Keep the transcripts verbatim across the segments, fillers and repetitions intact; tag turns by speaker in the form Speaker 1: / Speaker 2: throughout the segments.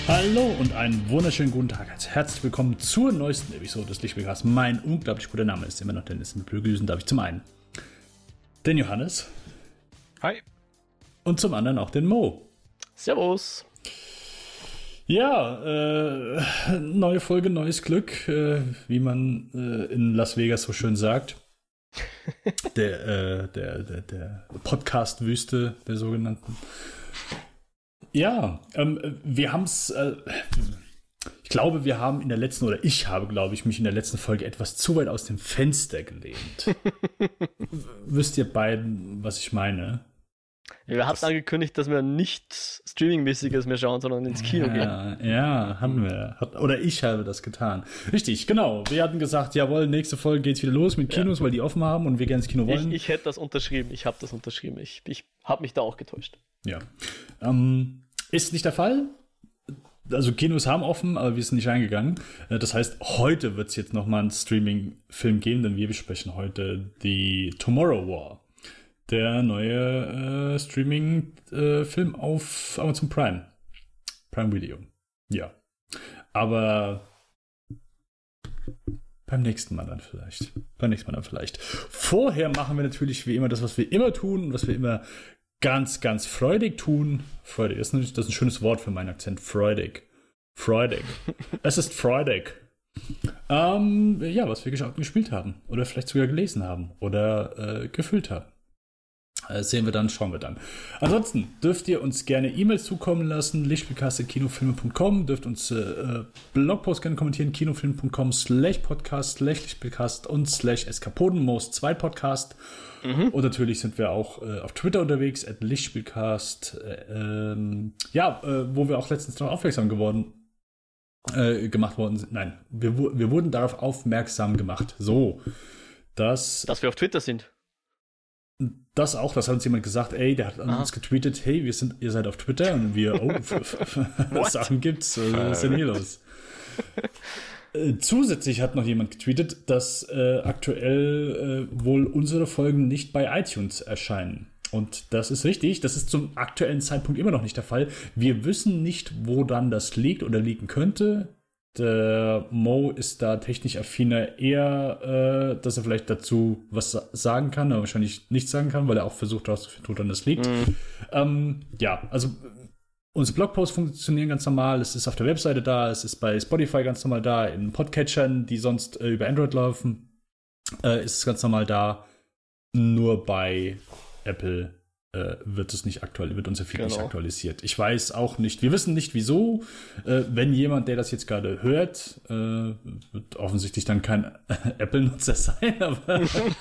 Speaker 1: Hallo und einen wunderschönen guten Tag. Herzlich willkommen zur neuesten Episode des Lichtspielcasts. Mein unglaublich guter Name ist immer noch Dennis. Mit begrüßen darf ich zum einen den Johannes.
Speaker 2: Hi.
Speaker 1: Und zum anderen auch den Mo.
Speaker 2: Servus.
Speaker 1: Ja, äh, neue Folge, neues Glück, äh, wie man äh, in Las Vegas so schön sagt. Der, äh, der, der, der Podcast-Wüste der sogenannten. Ja, ähm, wir haben es, äh, ich glaube, wir haben in der letzten, oder ich habe, glaube ich, mich in der letzten Folge etwas zu weit aus dem Fenster gelehnt. Wisst ihr beiden, was ich meine?
Speaker 2: Wir hatten angekündigt, dass wir nicht Streaming-mäßiges mehr schauen, sondern ins Kino
Speaker 1: ja,
Speaker 2: gehen.
Speaker 1: Ja, haben wir. Hat, oder ich habe das getan. Richtig, genau. Wir hatten gesagt, jawohl, nächste Folge geht's wieder los mit Kinos, ja. Weil die offen haben und wir gerne ins Kino wollen.
Speaker 2: Ich, ich hätte das unterschrieben. Ich habe das unterschrieben. Ich, ich habe mich da auch getäuscht.
Speaker 1: Ja. Ähm, ist nicht der Fall. Also Kinos haben offen, aber wir sind nicht reingegangen. Das heißt, heute wird es jetzt nochmal einen Streaming-Film geben, denn wir besprechen heute die Tomorrow War. Der neue äh, Streaming-Film äh, auf Amazon Prime. Prime Video. Ja. Aber beim nächsten Mal dann vielleicht. Beim nächsten Mal dann vielleicht. Vorher machen wir natürlich wie immer das, was wir immer tun und was wir immer ganz, ganz freudig tun. Freudig, das ist, ein, das ist ein schönes Wort für meinen Akzent. Freudig. Freudig. Es ist freudig. Ähm, ja, was wir geschaut und gespielt haben. Oder vielleicht sogar gelesen haben. Oder äh, gefüllt haben. Das sehen wir dann, schauen wir dann. Ansonsten dürft ihr uns gerne E-Mails zukommen lassen, lichtspielcast at kinofilme punkt com, dürft uns äh, Blogpost gerne kommentieren, kinofilme punkt com slash podcast, slash lichtspielcast und slash eskapodenmost zwei Podcast. Mhm. Und natürlich sind wir auch äh, auf Twitter unterwegs, at lichtspielcast, äh, ähm, ja, äh, wo wir auch letztens noch aufmerksam geworden, äh, gemacht worden sind. Nein, wir, wir wurden darauf aufmerksam gemacht. So, dass...
Speaker 2: Dass wir auf Twitter sind.
Speaker 1: Das auch, das hat uns jemand gesagt, ey, der hat an Aha. uns getweetet, hey, wir sind, ihr seid auf Twitter und wir, oh, was Sachen gibt's, was ist denn hier los? äh, zusätzlich hat noch jemand getweetet, dass äh, aktuell äh, wohl unsere Folgen nicht bei iTunes erscheinen. Und das ist richtig, das ist zum aktuellen Zeitpunkt immer noch nicht der Fall. Wir wissen nicht, wo dann das liegt oder liegen könnte. Der Mo ist da technisch affiner eher, äh, dass er vielleicht dazu was sagen kann, aber wahrscheinlich nichts sagen kann, weil er auch versucht herauszufinden, wo dann das liegt. Mm. Ähm, ja, also unsere Blogposts funktionieren ganz normal, es ist auf der Webseite da, es ist bei Spotify ganz normal da, in Podcatchern, die sonst äh, über Android laufen, äh, ist es ganz normal da. Nur bei Apple äh, wird es nicht aktuell, wird unser Feed genau. nicht aktualisiert. Ich weiß auch nicht, wir wissen nicht wieso. Äh, wenn jemand, der das jetzt gerade hört, äh, wird offensichtlich dann kein Apple Nutzer sein, aber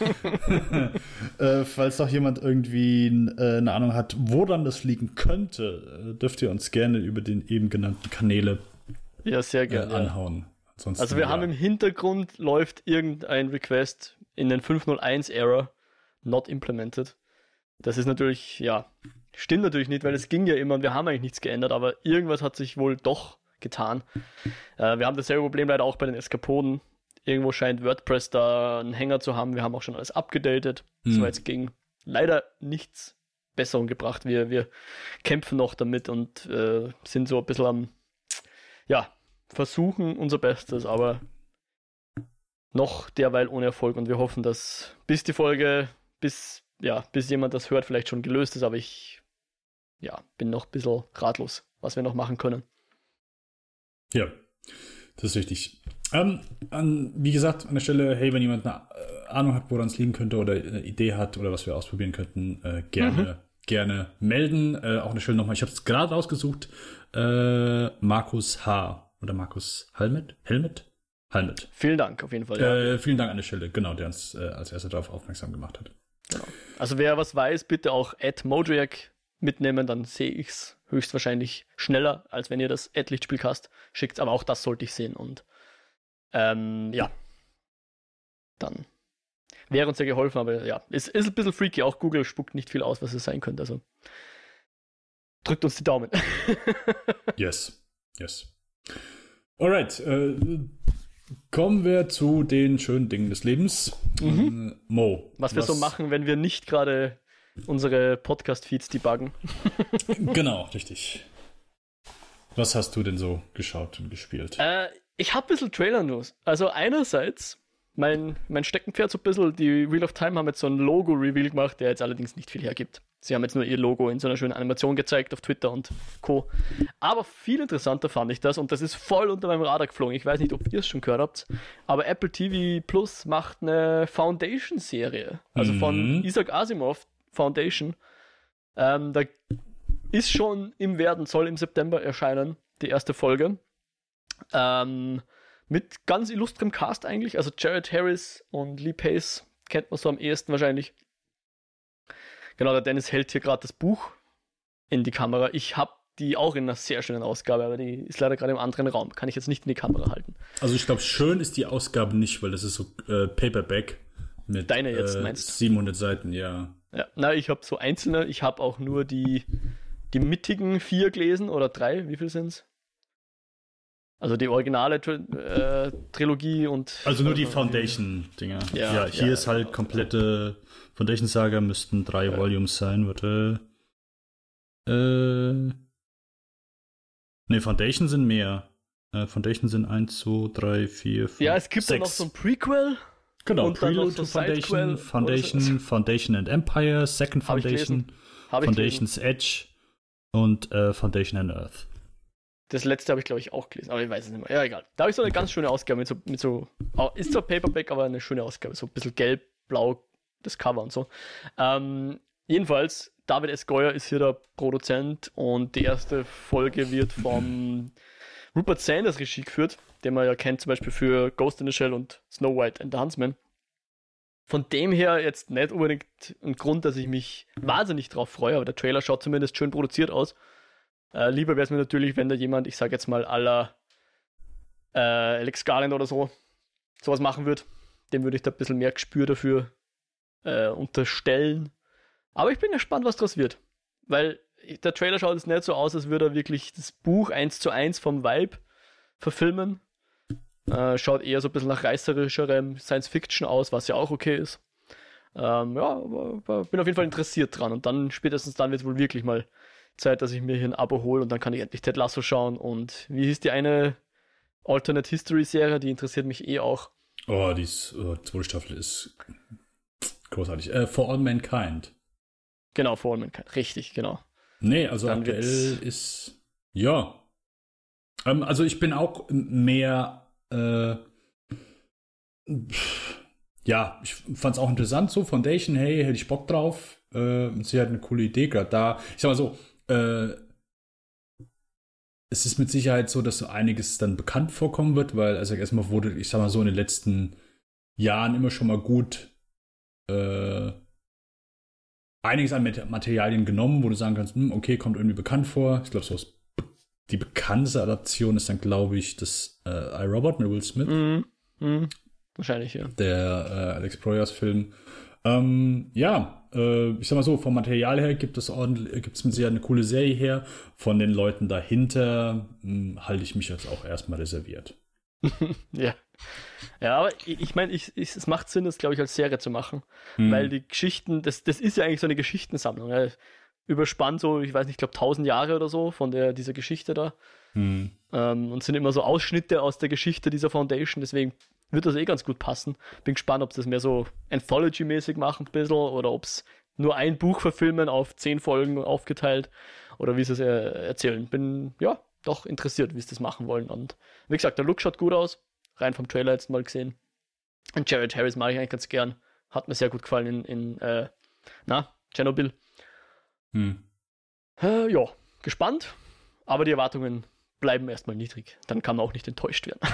Speaker 1: äh, falls doch jemand irgendwie äh, eine Ahnung hat, wo dann das liegen könnte, äh, dürft ihr uns gerne über den eben genannten Kanäle
Speaker 2: ja, sehr gerne,
Speaker 1: äh, anhauen.
Speaker 2: Ansonsten, also wir ja. haben im Hintergrund läuft irgendein Request in den fünf null eins Error not implemented. Das ist natürlich, ja, stimmt natürlich nicht, weil es ging ja immer und wir haben eigentlich nichts geändert, aber irgendwas hat sich wohl doch getan. Äh, wir haben dasselbe Problem leider auch bei den Eskapoden. Irgendwo scheint WordPress da einen Hänger zu haben. Wir haben auch schon alles abgedatet. Mhm. Soweit es ging. Leider nichts Besserung gebracht. Wir, wir kämpfen noch damit und äh, sind so ein bisschen am, ja, versuchen unser Bestes, aber noch derweil ohne Erfolg und wir hoffen, dass bis die Folge, bis ja, bis jemand das hört, vielleicht schon gelöst ist, aber ich ja, bin noch ein bisschen ratlos, was wir noch machen können.
Speaker 1: Ja, das ist richtig. Ähm, an, wie gesagt, an der Stelle, hey, wenn jemand eine Ahnung hat, woran es liegen könnte oder eine Idee hat oder was wir ausprobieren könnten, äh, gerne, mhm. gerne melden. Äh, auch an der Stelle nochmal, ich habe es gerade rausgesucht, äh, Markus H. oder Markus Helmet? Helmet? Helmet.
Speaker 2: Vielen Dank, auf jeden Fall.
Speaker 1: Äh,
Speaker 2: ja.
Speaker 1: Vielen Dank an der Stelle, genau, der uns äh, als erster darauf aufmerksam gemacht hat.
Speaker 2: Genau. Also wer was weiß, bitte auch at Modriac mitnehmen, dann sehe ich es höchstwahrscheinlich schneller, als wenn ihr das at Lichtspielcast schickt, aber auch das sollte ich sehen und ähm, ja, dann wäre uns ja geholfen, aber ja, es ist ein bisschen freaky, auch Google spuckt nicht viel aus, was es sein könnte, also drückt uns die Daumen.
Speaker 1: Yes, yes. Alright, äh, kommen wir zu den schönen Dingen des Lebens.
Speaker 2: Mhm.
Speaker 1: Äh, Mo.
Speaker 2: Was wir was so machen, wenn wir nicht gerade unsere Podcast-Feeds debuggen.
Speaker 1: Genau, richtig. Was hast du denn so geschaut und gespielt?
Speaker 2: Äh, ich habe ein bisschen Trailer-News. Also einerseits, mein, mein Steckenpferd so ein bisschen, die Wheel of Time haben jetzt so ein Logo-Reveal gemacht, der jetzt allerdings nicht viel hergibt. Sie haben jetzt nur ihr Logo in so einer schönen Animation gezeigt auf Twitter und Co. Aber viel interessanter fand ich das, und das ist voll unter meinem Radar geflogen. Ich weiß nicht, ob ihr es schon gehört habt, aber Apple T V Plus macht eine Foundation-Serie. Also mhm. von Isaac Asimov Foundation. Ähm, da ist schon im Werden, soll im September erscheinen, die erste Folge. Ähm, mit ganz illustrem Cast eigentlich. Also Jared Harris und Lee Pace kennt man so am ehesten wahrscheinlich. Genau, der Dennis hält hier gerade das Buch in die Kamera. Ich habe die auch in einer sehr schönen Ausgabe, aber die ist leider gerade im anderen Raum. Kann ich jetzt nicht in die Kamera halten.
Speaker 1: Also ich glaube, schön ist die Ausgabe nicht, weil das ist so äh, Paperback mit
Speaker 2: Deine jetzt,
Speaker 1: äh,
Speaker 2: meinst du?
Speaker 1: siebenhundert Seiten, ja.
Speaker 2: Ja, na, ich habe so einzelne. Ich habe auch nur die, die mittigen vier gelesen oder drei. Wie viel sind's? Also die originale äh, Trilogie und...
Speaker 1: Also nur die Foundation-Dinger. Ja, ja, hier ja, ist halt komplette Foundation-Saga, müssten drei ja. Volumes sein, warte. Äh... Ne, Foundation sind mehr. Äh, Foundation sind eins, zwei, drei, vier, fünf,
Speaker 2: Ja, es gibt
Speaker 1: sechs.
Speaker 2: dann noch so ein Prequel.
Speaker 1: Genau,
Speaker 2: und
Speaker 1: Prelude
Speaker 2: so
Speaker 1: to Foundation, Foundation,
Speaker 2: so.
Speaker 1: Foundation and Empire, Second Foundation, Foundation's Edge und äh, Foundation and Earth.
Speaker 2: Das letzte habe ich, glaube ich, auch gelesen, aber ich weiß es nicht mehr. Ja, egal. Da habe ich so eine ganz schöne Ausgabe mit so, mit so ist zwar Paperback, aber eine schöne Ausgabe. So ein bisschen gelb, blau, das Cover und so. Ähm, jedenfalls, David S. Goyer ist hier der Produzent und die erste Folge wird vom Rupert Sanders Regie geführt, den man ja kennt zum Beispiel für Ghost in the Shell und Snow White and the Huntsman. Von dem her jetzt nicht unbedingt ein Grund, dass ich mich wahnsinnig drauf freue, aber der Trailer schaut zumindest schön produziert aus. Äh, lieber wäre es mir natürlich, wenn da jemand, ich sage jetzt mal à la äh, Alex Garland oder so, sowas machen würde. Dem würde ich da ein bisschen mehr Gespür dafür äh, unterstellen. Aber ich bin gespannt, was daraus wird. Weil der Trailer schaut jetzt nicht so aus, als würde er wirklich das Buch eins zu eins vom Vibe verfilmen. Äh, schaut eher so ein bisschen nach reißerischerem Science-Fiction aus, was ja auch okay ist. Ähm, ja, aber, aber bin auf jeden Fall interessiert dran. Und dann, spätestens dann wird es wohl wirklich mal Zeit, dass ich mir hier ein Abo hole und dann kann ich endlich Ted Lasso schauen. Und wie hieß die eine Alternate History Serie? Die interessiert mich eh auch.
Speaker 1: Oh, die ist, oh, die zweite Staffel ist großartig. Äh, For All Mankind.
Speaker 2: Genau, For All Mankind. Richtig, genau.
Speaker 1: Nee, also dann aktuell ist, ja. Ähm, also ich bin auch mehr, äh, ja, ich fand es auch interessant, so Foundation, hey, hätte ich Bock drauf. Äh, sie hat eine coole Idee gerade da. Ich sag mal so, Äh, es ist mit Sicherheit so, dass so einiges dann bekannt vorkommen wird, weil also erstmal wurde, ich sag mal so, in den letzten Jahren immer schon mal gut äh, einiges an Materialien genommen, wo du sagen kannst, hm, okay, kommt irgendwie bekannt vor. Ich glaube, so die bekannteste Adaption ist dann, glaube ich, das äh, iRobot mit Will Smith.
Speaker 2: Mhm. Mhm. Wahrscheinlich, ja.
Speaker 1: Der äh, Alex Proyas Film. Ähm, ja, äh, ich sag mal so, vom Material her gibt es ordentlich, gibt es mit Sicherheit eine coole Serie her. Von den Leuten dahinter mh, halte ich mich jetzt auch erstmal reserviert.
Speaker 2: ja. Ja, aber ich, ich meine, ich, ich, es macht Sinn, das, glaube ich, als Serie zu machen. Hm. Weil die Geschichten, das, das ist ja eigentlich so eine Geschichtensammlung. Ja. Überspannt so, ich weiß nicht, ich glaube tausend Jahre oder so von der, dieser Geschichte da.
Speaker 1: Hm.
Speaker 2: Ähm, und sind immer so Ausschnitte aus der Geschichte dieser Foundation, deswegen wird das eh ganz gut passen. Bin gespannt, ob sie das mehr so Anthology-mäßig machen ein bisschen oder ob es nur ein Buch verfilmen auf zehn Folgen aufgeteilt oder wie sie es äh, erzählen. Bin, ja, doch interessiert, wie sie das machen wollen. Und wie gesagt, der Look schaut gut aus. Rein vom Trailer jetzt mal gesehen. Und Jared Harris mag ich eigentlich ganz gern. Hat mir sehr gut gefallen in, in äh, na, Chernobyl.
Speaker 1: Hm.
Speaker 2: Äh, ja, gespannt. Aber die Erwartungen bleiben erstmal niedrig. Dann kann man auch nicht enttäuscht werden.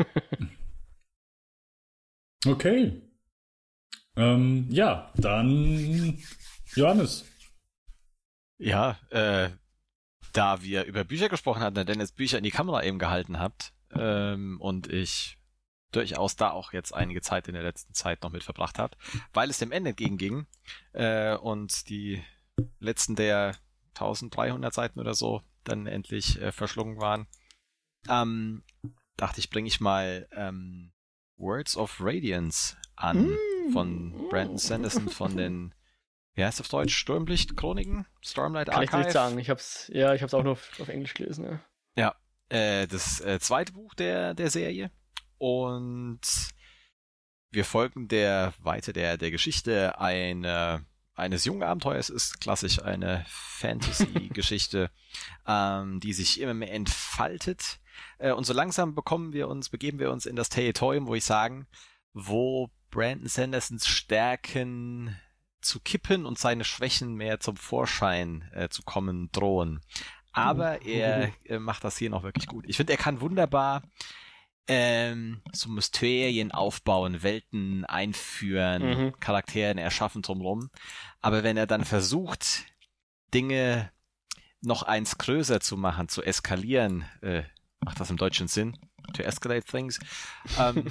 Speaker 1: Okay. Ähm, ja, dann Johannes.
Speaker 3: Ja, äh, da wir über Bücher gesprochen hatten, denn jetzt Bücher in die Kamera eben gehalten habt ähm, und ich durchaus da auch jetzt einige Zeit in der letzten Zeit noch mit verbracht habe, weil es dem Ende entgegenging äh, und die letzten der dreizehnhundert Seiten oder so dann endlich äh, verschlungen waren, ähm, dachte ich, bringe ich mal ähm, Words of Radiance an mm. von Brandon Sanderson von den, wie heißt es auf Deutsch, Sturmlicht-Chroniken? Stormlight Archive?
Speaker 2: Kann ich nicht sagen, ich hab's, ja, ich hab's auch nur auf, auf Englisch gelesen, ja.
Speaker 3: Ja, äh, das äh, zweite Buch der, der Serie. Und wir folgen der weiter der, der Geschichte eine, eines jungen Abenteuers. Es ist klassisch eine Fantasy-Geschichte, ähm, die sich immer mehr entfaltet. Äh, und so langsam bekommen wir uns, begeben wir uns in das Territorium, wo ich sagen, wo Brandon Sandersons Stärken zu kippen und seine Schwächen mehr zum Vorschein äh, zu kommen drohen. Aber er äh, macht das hier noch wirklich gut. Ich finde, er kann wunderbar ähm, so Mysterien aufbauen, Welten einführen, mhm. Charakteren erschaffen drumherum. Aber wenn er dann versucht, Dinge noch eins größer zu machen, zu eskalieren, äh, macht das im Deutschen Sinn? To escalate things. ähm,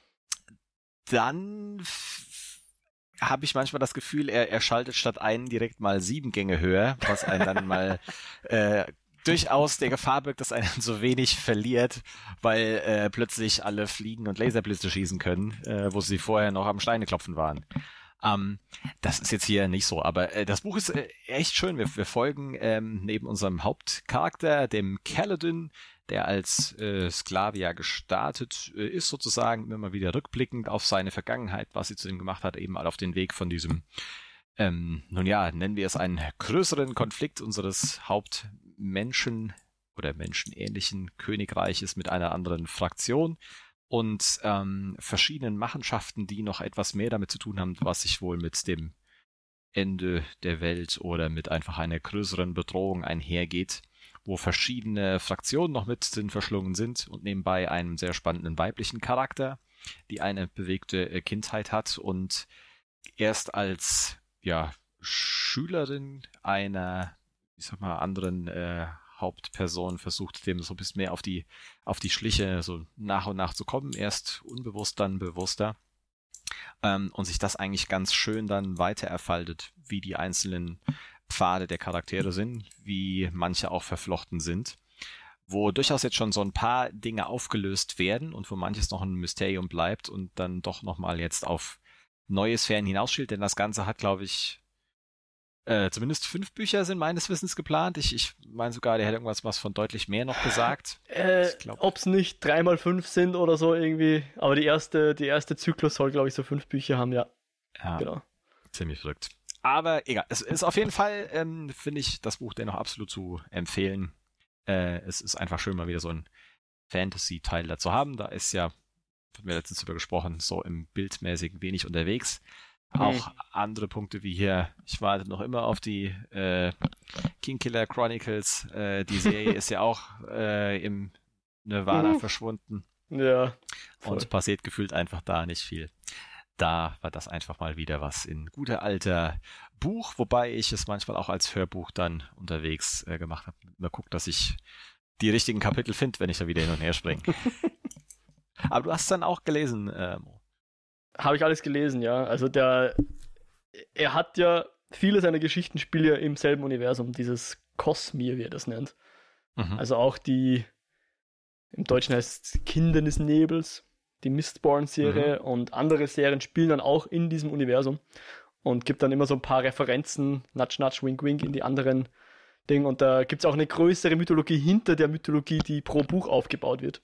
Speaker 3: dann habe ich manchmal das Gefühl, er, er schaltet statt einen direkt mal sieben Gänge höher, was einen dann mal äh, durchaus der Gefahr birgt, dass einen so wenig verliert, weil äh, plötzlich alle fliegen und Laserblitze schießen können, äh, wo sie vorher noch am Steine klopfen waren. Ähm, das ist jetzt hier nicht so, aber äh, das Buch ist äh, echt schön. Wir, wir folgen ähm, neben unserem Hauptcharakter, dem Kaladin, der als äh, Sklavier gestartet äh, ist, sozusagen immer wieder rückblickend auf seine Vergangenheit, was sie zu ihm gemacht hat, eben auf den Weg von diesem, ähm, nun ja, nennen wir es einen größeren Konflikt unseres Hauptmenschen oder menschenähnlichen Königreiches mit einer anderen Fraktion und ähm, verschiedenen Machenschaften, die noch etwas mehr damit zu tun haben, was sich wohl mit dem Ende der Welt oder mit einfach einer größeren Bedrohung einhergeht, wo verschiedene Fraktionen noch mit drin verschlungen sind und nebenbei einen sehr spannenden weiblichen Charakter, die eine bewegte Kindheit hat und erst als ja, Schülerin einer, ich sag mal, anderen äh, Hauptperson versucht, dem so ein bisschen mehr auf die, auf die Schliche so nach und nach zu kommen, erst unbewusst, dann bewusster. Ähm, und sich das eigentlich ganz schön dann weiter erfaltet, wie die einzelnen Pfade der Charaktere sind, wie manche auch verflochten sind, wo durchaus jetzt schon so ein paar Dinge aufgelöst werden und wo manches noch ein Mysterium bleibt und dann doch nochmal jetzt auf neue Sphären hinausschielt, denn das Ganze hat, glaube ich, äh, zumindest fünf Bücher sind meines Wissens geplant. Ich, ich meine sogar, der hätte irgendwas was von deutlich mehr noch gesagt.
Speaker 2: Äh, Ob es nicht drei mal fünf sind oder so irgendwie, aber die erste, die erste Zyklus soll, glaube ich, so fünf Bücher haben, ja.
Speaker 3: Ja, genau. Ziemlich verrückt. Aber egal, es ist auf jeden Fall, ähm, finde ich, das Buch dennoch absolut zu empfehlen. Äh, es ist einfach schön, mal wieder so ein Fantasy-Teil da zu haben. Da ist ja, haben wir letztens drüber gesprochen, so im Bildmäßigen wenig unterwegs. Mhm. Auch andere Punkte wie hier, ich warte noch immer auf die äh, Kingkiller Chronicles. Äh, die Serie ist ja auch äh, im Nirvana mhm. verschwunden.
Speaker 2: Ja.
Speaker 3: Voll. Und passiert gefühlt einfach da nicht viel. Da war das einfach mal wieder was in guter alter Buch, wobei ich es manchmal auch als Hörbuch dann unterwegs äh, gemacht habe. Mal gucken, dass ich die richtigen Kapitel finde, wenn ich da wieder hin und her springe. Aber du hast es dann auch gelesen, äh, Mo.
Speaker 2: Habe ich alles gelesen, ja. Also der, er hat ja, viele seiner Geschichten spielen ja im selben Universum, dieses Cosmere, wie er das nennt. Mhm. Also auch die, im Deutschen heißt es Kinder des Nebels, die Mistborn-Serie mhm. und andere Serien spielen dann auch in diesem Universum und gibt dann immer so ein paar Referenzen, Nudge, Nudge, Wink, Wink in die anderen Dinge. Und da gibt es auch eine größere Mythologie hinter der Mythologie, die pro Buch aufgebaut wird.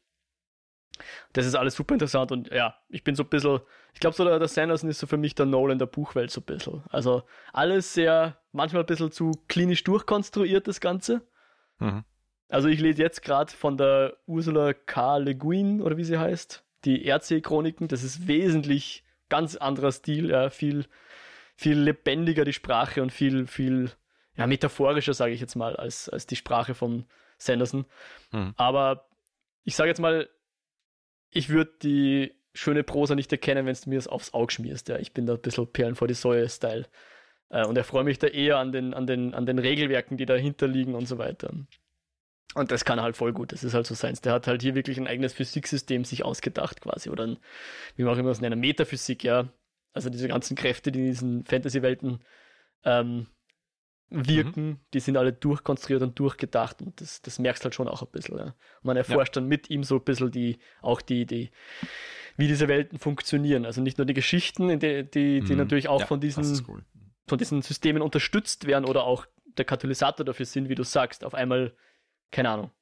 Speaker 2: Das ist alles super interessant und ja, ich bin so ein bisschen, ich glaube so der, der Sanderson ist so für mich der Nolan der Buchwelt so ein bisschen. Also alles sehr, manchmal ein bisschen zu klinisch durchkonstruiert, das Ganze. Mhm. Also ich lese jetzt gerade von der Ursula K. Le Guin, oder wie sie heißt, die Erdsee-Chroniken, das ist wesentlich ganz anderer Stil, ja, viel, viel lebendiger die Sprache und viel, viel ja, metaphorischer, sage ich jetzt mal, als, als die Sprache von Sanderson. Mhm. Aber ich sage jetzt mal, ich würde die schöne Prosa nicht erkennen, wenn du mir das aufs Auge schmierst. Ja. Ich bin da ein bisschen Perlen vor die Säue-Style. Äh, und erfreue mich da eher an den, an, den, an den Regelwerken, die dahinter liegen und so weiter. Und das kann er halt voll gut. Das ist halt so seins. Der hat halt hier wirklich ein eigenes Physiksystem sich ausgedacht quasi. Oder ein, wie man auch immer es nennt, Metaphysik, ja. Also diese ganzen Kräfte, die in diesen Fantasy-Welten ähm, wirken, mhm. die sind alle durchkonstruiert und durchgedacht. Und das, das merkst halt schon auch ein bisschen. Ja. Und man erforscht ja. dann mit ihm so ein bisschen die, auch die, die, wie diese Welten funktionieren. Also nicht nur die Geschichten, in die, die, die mhm. natürlich auch ja, von diesen, cool. von diesen Systemen unterstützt werden oder auch der Katalysator dafür sind, wie du sagst. Auf einmal keine Ahnung,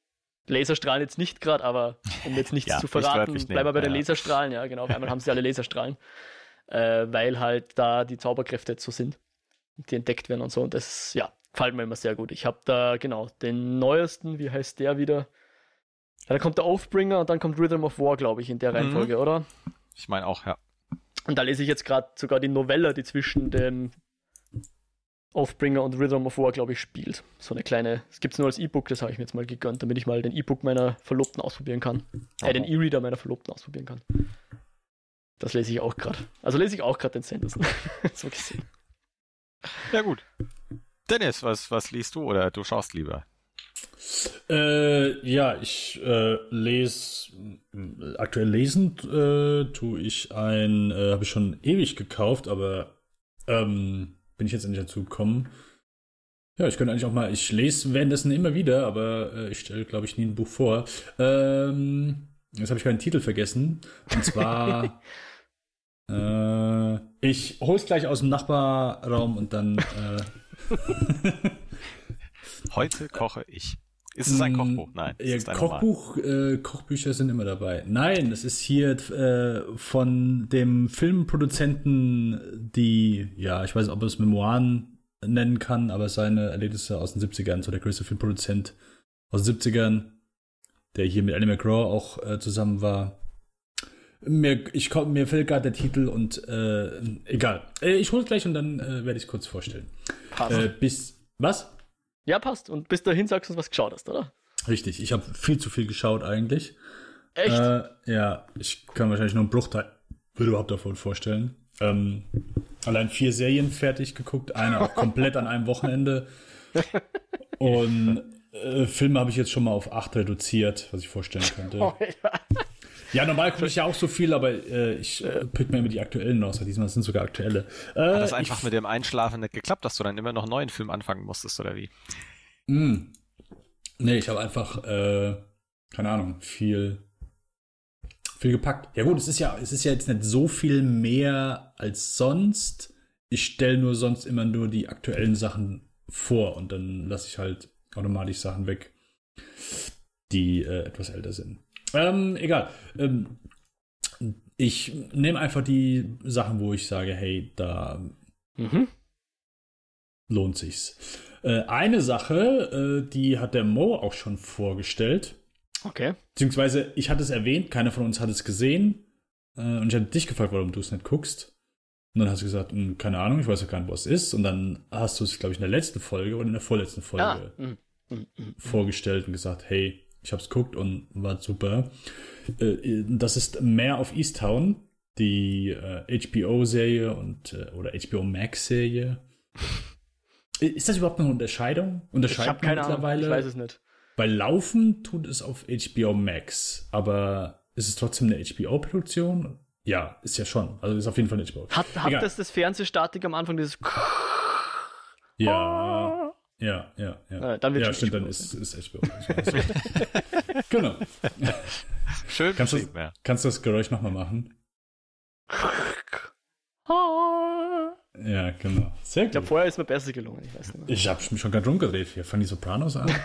Speaker 2: Laserstrahlen jetzt nicht gerade, aber um jetzt nichts
Speaker 3: ja,
Speaker 2: zu verraten,
Speaker 3: nicht
Speaker 2: bleiben wir bei
Speaker 3: ja.
Speaker 2: den Laserstrahlen. Ja, genau, auf einmal haben sie alle Laserstrahlen, äh, weil halt da die Zauberkräfte jetzt so sind, die entdeckt werden und so. Und das, ja, gefällt mir immer sehr gut. Ich habe da, genau, den neuesten, wie heißt der wieder? Ja, da kommt der Oathbringer und dann kommt Rhythm of War, glaube ich, in der Reihenfolge, mhm. oder?
Speaker 3: Ich meine auch, ja.
Speaker 2: Und da lese ich jetzt gerade sogar die Novelle, die zwischen dem Oathbringer und Rhythm of War, glaube ich, spielt. So eine kleine, das gibt es nur als E-Book, das habe ich mir jetzt mal gegönnt, damit ich mal den E-Book meiner Verlobten ausprobieren kann. Oh. Äh, den E-Reader meiner Verlobten ausprobieren kann. Das lese ich auch gerade. Also lese ich auch gerade den Sanderson. So gesehen.
Speaker 3: Ja gut. Dennis, was, was liest du oder du schaust lieber?
Speaker 1: Äh, ja, ich äh, lese, aktuell lesen äh, tue ich ein, äh, habe ich schon ewig gekauft, aber ähm, bin ich jetzt endlich dazu gekommen. Ja, ich könnte eigentlich auch mal, ich lese währenddessen immer wieder, aber äh, ich stelle, glaube ich, nie ein Buch vor. Ähm, jetzt habe ich keinen Titel vergessen. Und zwar, äh, ich hole es gleich aus dem Nachbarraum und dann äh,
Speaker 3: Heute koche ich. Ist es ein Kochbuch? Nein.
Speaker 1: Ja, Kochbuch, äh, Kochbücher sind immer dabei. Nein, es ist hier äh, von dem Filmproduzenten, die, ja, ich weiß nicht, ob er es Memoiren nennen kann, aber seine Erlebnisse aus den siebzigern, so der größte Filmproduzent aus den siebzigern, der hier mit Annie McGraw auch äh, zusammen war. Mir, ich komm, mir fällt gerade der Titel und äh, egal. Äh, ich hole es gleich und dann äh, werde ich es kurz vorstellen.
Speaker 2: Passt.
Speaker 1: Äh, bis, was?
Speaker 2: Ja, passt. Und bis dahin sagst du, was geschaut hast, oder?
Speaker 1: Richtig, ich habe viel zu viel geschaut eigentlich.
Speaker 2: Echt?
Speaker 1: Äh, ja, ich kann wahrscheinlich nur einen Bruchteil überhaupt davon vorstellen. Ähm, allein vier Serien fertig geguckt, eine auch komplett an einem Wochenende. Und äh, Filme habe ich jetzt schon mal auf acht reduziert, was ich vorstellen könnte. Oh, ja. Ja, normal gucke ich ja auch so viel, aber äh, ich äh, pick mir immer die aktuellen raus. Diesmal sind sogar aktuelle. Äh,
Speaker 3: Hat das einfach ich, mit dem Einschlafen nicht geklappt, dass du dann immer noch einen neuen Film anfangen musstest, oder wie?
Speaker 1: Mh. Nee, ich habe einfach, äh, keine Ahnung, viel, viel gepackt. Ja gut, es ist ja, es ist ja jetzt nicht so viel mehr als sonst. Ich stelle nur sonst immer nur die aktuellen Sachen vor und dann lasse ich halt automatisch Sachen weg, die äh, etwas älter sind. Ähm, egal. Ähm, ich nehme einfach die Sachen, wo ich sage, hey, da mhm. lohnt sich's. Äh, eine Sache, äh, die hat der Mo auch schon vorgestellt.
Speaker 2: Okay.
Speaker 1: Beziehungsweise, ich hatte es erwähnt, keiner von uns hat es gesehen. Äh, und ich hatte dich gefragt, warum du es nicht guckst. Und dann hast du gesagt, keine Ahnung, ich weiß ja gar nicht, was es ist. Und dann hast du es, glaube ich, in der letzten Folge oder in der vorletzten Folge
Speaker 2: ah. mhm. Mhm.
Speaker 1: vorgestellt und gesagt, hey, ich hab's geguckt und war super. Das ist Mare of Easttown, die äh, H B O-Serie und äh, oder H B O Max-Serie. Ist das überhaupt noch eine Unterscheidung? Unterscheidet
Speaker 2: ich habe keine
Speaker 1: mittlerweile?
Speaker 2: Ahnung, ich weiß es nicht.
Speaker 1: Weil Laufen tut es auf H B O Max, aber ist es trotzdem eine H B O-Produktion? Ja, ist ja schon. Also ist auf jeden Fall eine H B O.
Speaker 2: Hat, hat das das Fernsehstatik am Anfang dieses
Speaker 1: Ja. Ja, ja, ja.
Speaker 2: Ah, dann wird
Speaker 1: ja, stimmt, dann ist, ist H B O. Genau.
Speaker 3: Schön.
Speaker 1: Kannst du, ja. kannst du das Geräusch nochmal machen? Ja, genau. Sehr gut.
Speaker 2: Ich glaube, vorher ist mir besser gelungen. Ich weiß nicht.
Speaker 1: Ich habe mich schon gerade rumgedreht hier. Fangen die Sopranos an?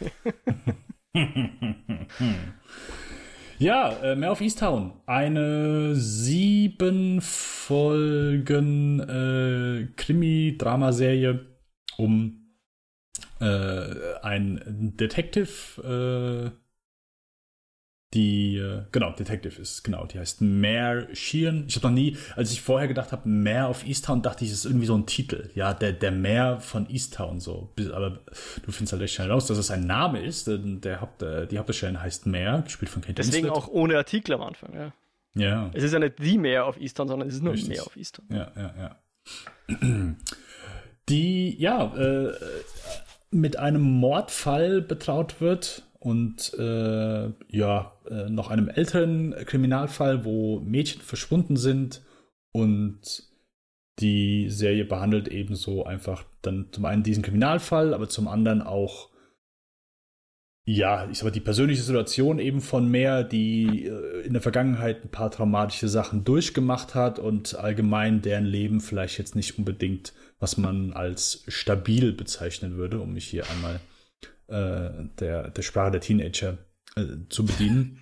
Speaker 1: Ja, äh, Mare of Easttown. Eine sieben Folgen äh, Krimi-Dramaserie um Äh, ein Detective, äh, die, äh, genau, Detective ist, genau, die heißt Mare Sheehan. Ich habe noch nie, als ich vorher gedacht habe, Mare of Easttown, dachte ich, es ist irgendwie so ein Titel, ja, der, der Mare von Easttown, so. Aber du findest halt recht schnell raus, dass es ein Name ist, denn der Haupt, äh, die Hauptdarstellerin heißt Mare, gespielt von Kate
Speaker 2: Deswegen
Speaker 1: Winslet.
Speaker 2: auch ohne Artikel am Anfang, ja.
Speaker 1: Ja.
Speaker 2: Es ist ja nicht die Mare of Easttown, sondern es ist nur
Speaker 1: Richtig.
Speaker 2: Mare of Easttown.
Speaker 1: Ja, ja, ja. Die, ja, äh, mit einem Mordfall betraut wird und äh, ja, äh, noch einem älteren Kriminalfall, wo Mädchen verschwunden sind, und die Serie behandelt ebenso einfach dann zum einen diesen Kriminalfall, aber zum anderen auch, ja, ich sag mal, die persönliche Situation eben von Mare, die äh, in der Vergangenheit ein paar traumatische Sachen durchgemacht hat und allgemein deren Leben vielleicht jetzt nicht unbedingt, was man als stabil bezeichnen würde, um mich hier einmal äh, der, der Sprache der Teenager äh, zu bedienen.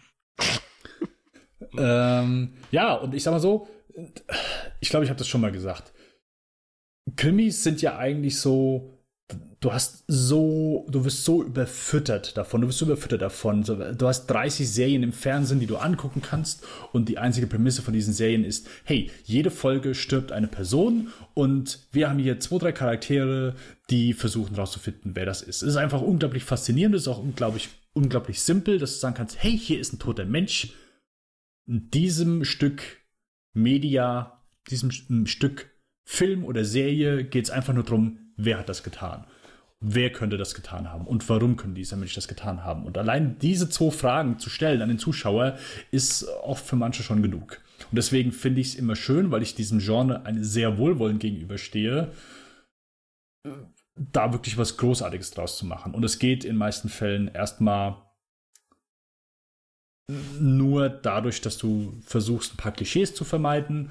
Speaker 1: ähm, ja, und ich sag mal so, ich glaube, ich habe das schon mal gesagt. Krimis sind ja eigentlich so, du hast so, du wirst so überfüttert davon, du wirst so überfüttert davon. Du hast dreißig Serien im Fernsehen, die du angucken kannst, und die einzige Prämisse von diesen Serien ist, hey, jede Folge stirbt eine Person und wir haben hier zwei, drei Charaktere, die versuchen rauszufinden, wer das ist. Es ist einfach unglaublich faszinierend, es ist auch unglaublich, unglaublich simpel, dass du sagen kannst, hey, hier ist ein toter Mensch. In diesem Stück Media, diesem Stück Film oder Serie geht es einfach nur darum, wer hat das getan? Wer könnte das getan haben? Und warum könnte dieser Mensch das getan haben? Und allein diese zwei Fragen zu stellen an den Zuschauer ist oft für manche schon genug. Und deswegen finde ich es immer schön, weil ich diesem Genre eine sehr wohlwollend gegenüberstehe, da wirklich was Großartiges draus zu machen. Und es geht in den meisten Fällen erstmal nur dadurch, dass du versuchst, ein paar Klischees zu vermeiden,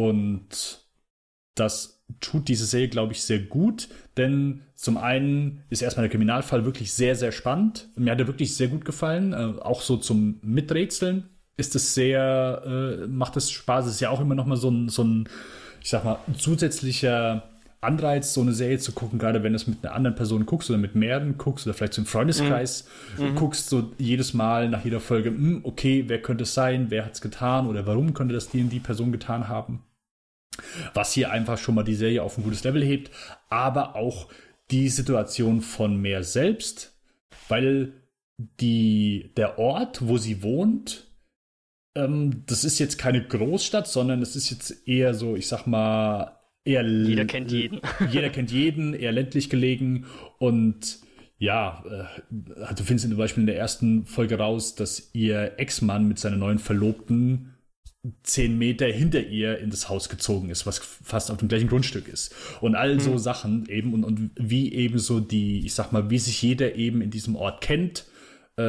Speaker 1: und das tut diese Serie, glaube ich, sehr gut, denn zum einen ist erstmal der Kriminalfall wirklich sehr, sehr spannend. Mir hat er wirklich sehr gut gefallen, äh, auch so zum Miträtseln ist es sehr, äh, macht es Spaß, es ist ja auch immer noch mal so ein, so ein, ich sag mal, ein zusätzlicher Anreiz, so eine Serie zu gucken, gerade wenn du es mit einer anderen Person guckst oder mit mehreren guckst oder vielleicht so im Freundeskreis mhm. guckst, so jedes Mal nach jeder Folge, mh, okay, wer könnte es sein, wer hat es getan oder warum könnte das die und die Person getan haben. Was hier einfach schon mal die Serie auf ein gutes Level hebt, aber auch die Situation von Mare selbst, weil die, der Ort, wo sie wohnt, ähm, das ist jetzt keine Großstadt, sondern es ist jetzt eher so, ich sag mal, eher
Speaker 2: jeder kennt jeden.
Speaker 1: Jeder kennt jeden, eher ländlich gelegen, und ja, äh, du findest zum Beispiel in der ersten Folge raus, dass ihr Ex-Mann mit seiner neuen Verlobten zehn Meter hinter ihr in das Haus gezogen ist, was fast auf dem gleichen Grundstück ist. Und all so hm. Sachen eben, und, und wie eben so die, ich sag mal, wie sich jeder eben in diesem Ort kennt, äh,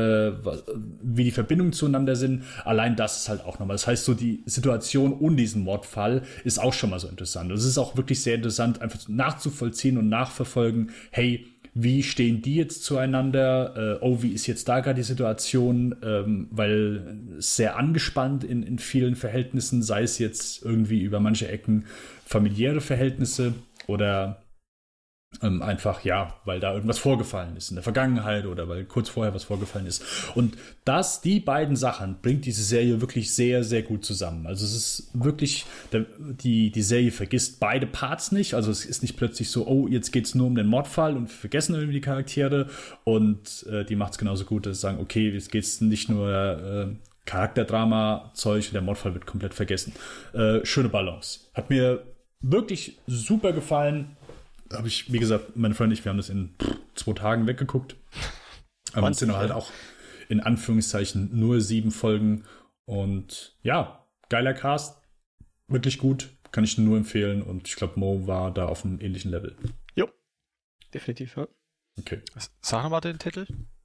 Speaker 1: wie die Verbindungen zueinander sind, allein das ist halt auch nochmal. Das heißt, so die Situation ohne diesen Mordfall ist auch schon mal so interessant. Und es ist auch wirklich sehr interessant, einfach nachzuvollziehen und nachverfolgen, hey, wie stehen die jetzt zueinander? Äh, oh, wie ist jetzt da gerade die Situation? Ähm, weil sehr angespannt in, in vielen Verhältnissen, sei es jetzt irgendwie über manche Ecken familiäre Verhältnisse oder ähm, einfach, ja, weil da irgendwas vorgefallen ist in der Vergangenheit oder weil kurz vorher was vorgefallen ist. Und das, die beiden Sachen bringt diese Serie wirklich sehr, sehr gut zusammen. Also es ist wirklich, der, die, die Serie vergisst beide Parts nicht. Also es ist nicht plötzlich so, oh, jetzt geht es nur um den Mordfall und wir vergessen irgendwie die Charaktere. Und äh, die macht es genauso gut, dass sie sagen, okay, jetzt geht es nicht nur äh, Charakterdrama-Zeug, der Mordfall wird komplett vergessen. Äh, schöne Balance. Hat mir wirklich super gefallen. Habe ich, wie gesagt, meine Freunde und ich, wir haben das in pff, zwei Tagen weggeguckt. Aber es sind halt auch in Anführungszeichen nur sieben Folgen. Und ja, geiler Cast. Wirklich gut. Kann ich nur empfehlen. Und ich glaube, Mo war da auf einem ähnlichen Level.
Speaker 2: Jo, definitiv, ja.
Speaker 3: Okay. Sag nochmal den Titel.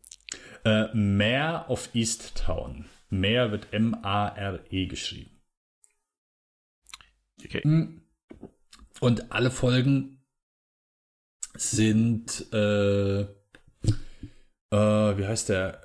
Speaker 1: Äh, Mare of Easttown. Mare wird M A R E geschrieben.
Speaker 3: Okay.
Speaker 1: Und alle Folgen sind, äh, äh, wie heißt der?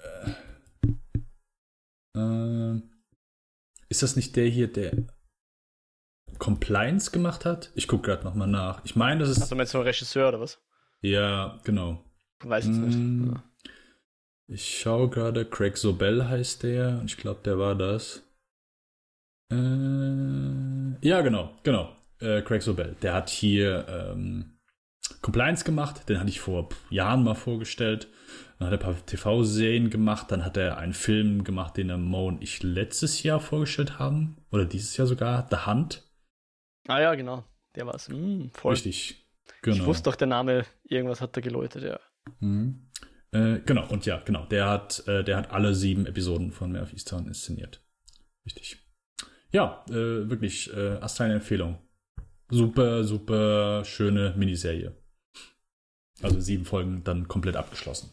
Speaker 1: Äh, ist das nicht der hier, der Compliance gemacht hat? Ich gucke gerade nochmal nach. Ich meine, das ist...
Speaker 2: Hast du meinst so ein Regisseur oder was?
Speaker 1: Ja, genau.
Speaker 2: Weiß es nicht.
Speaker 1: Mm,
Speaker 2: ja.
Speaker 1: Ich schaue gerade, Craig Sobel heißt der, und ich glaube, der war das. Äh, ja, genau, genau. Äh, Craig Sobel. Der hat hier ähm, Compliance gemacht, den hatte ich vor Jahren mal vorgestellt. Dann hat er ein paar T V-Serien gemacht, dann hat er einen Film gemacht, den er Mo und ich letztes Jahr vorgestellt haben, oder dieses Jahr sogar, The Hunt.
Speaker 2: Ah ja, genau, der war's. Mm, voll.
Speaker 1: Richtig, genau.
Speaker 2: Ich wusste doch, der Name, irgendwas hat er geläutet, ja.
Speaker 1: Mhm. Äh, genau, und ja, genau, der hat, äh, der hat alle sieben Episoden von Mare of Easttown inszeniert. Richtig. Ja, äh, wirklich, äh, astreine Empfehlung. Super, super schöne Miniserie. Also sieben Folgen dann komplett abgeschlossen.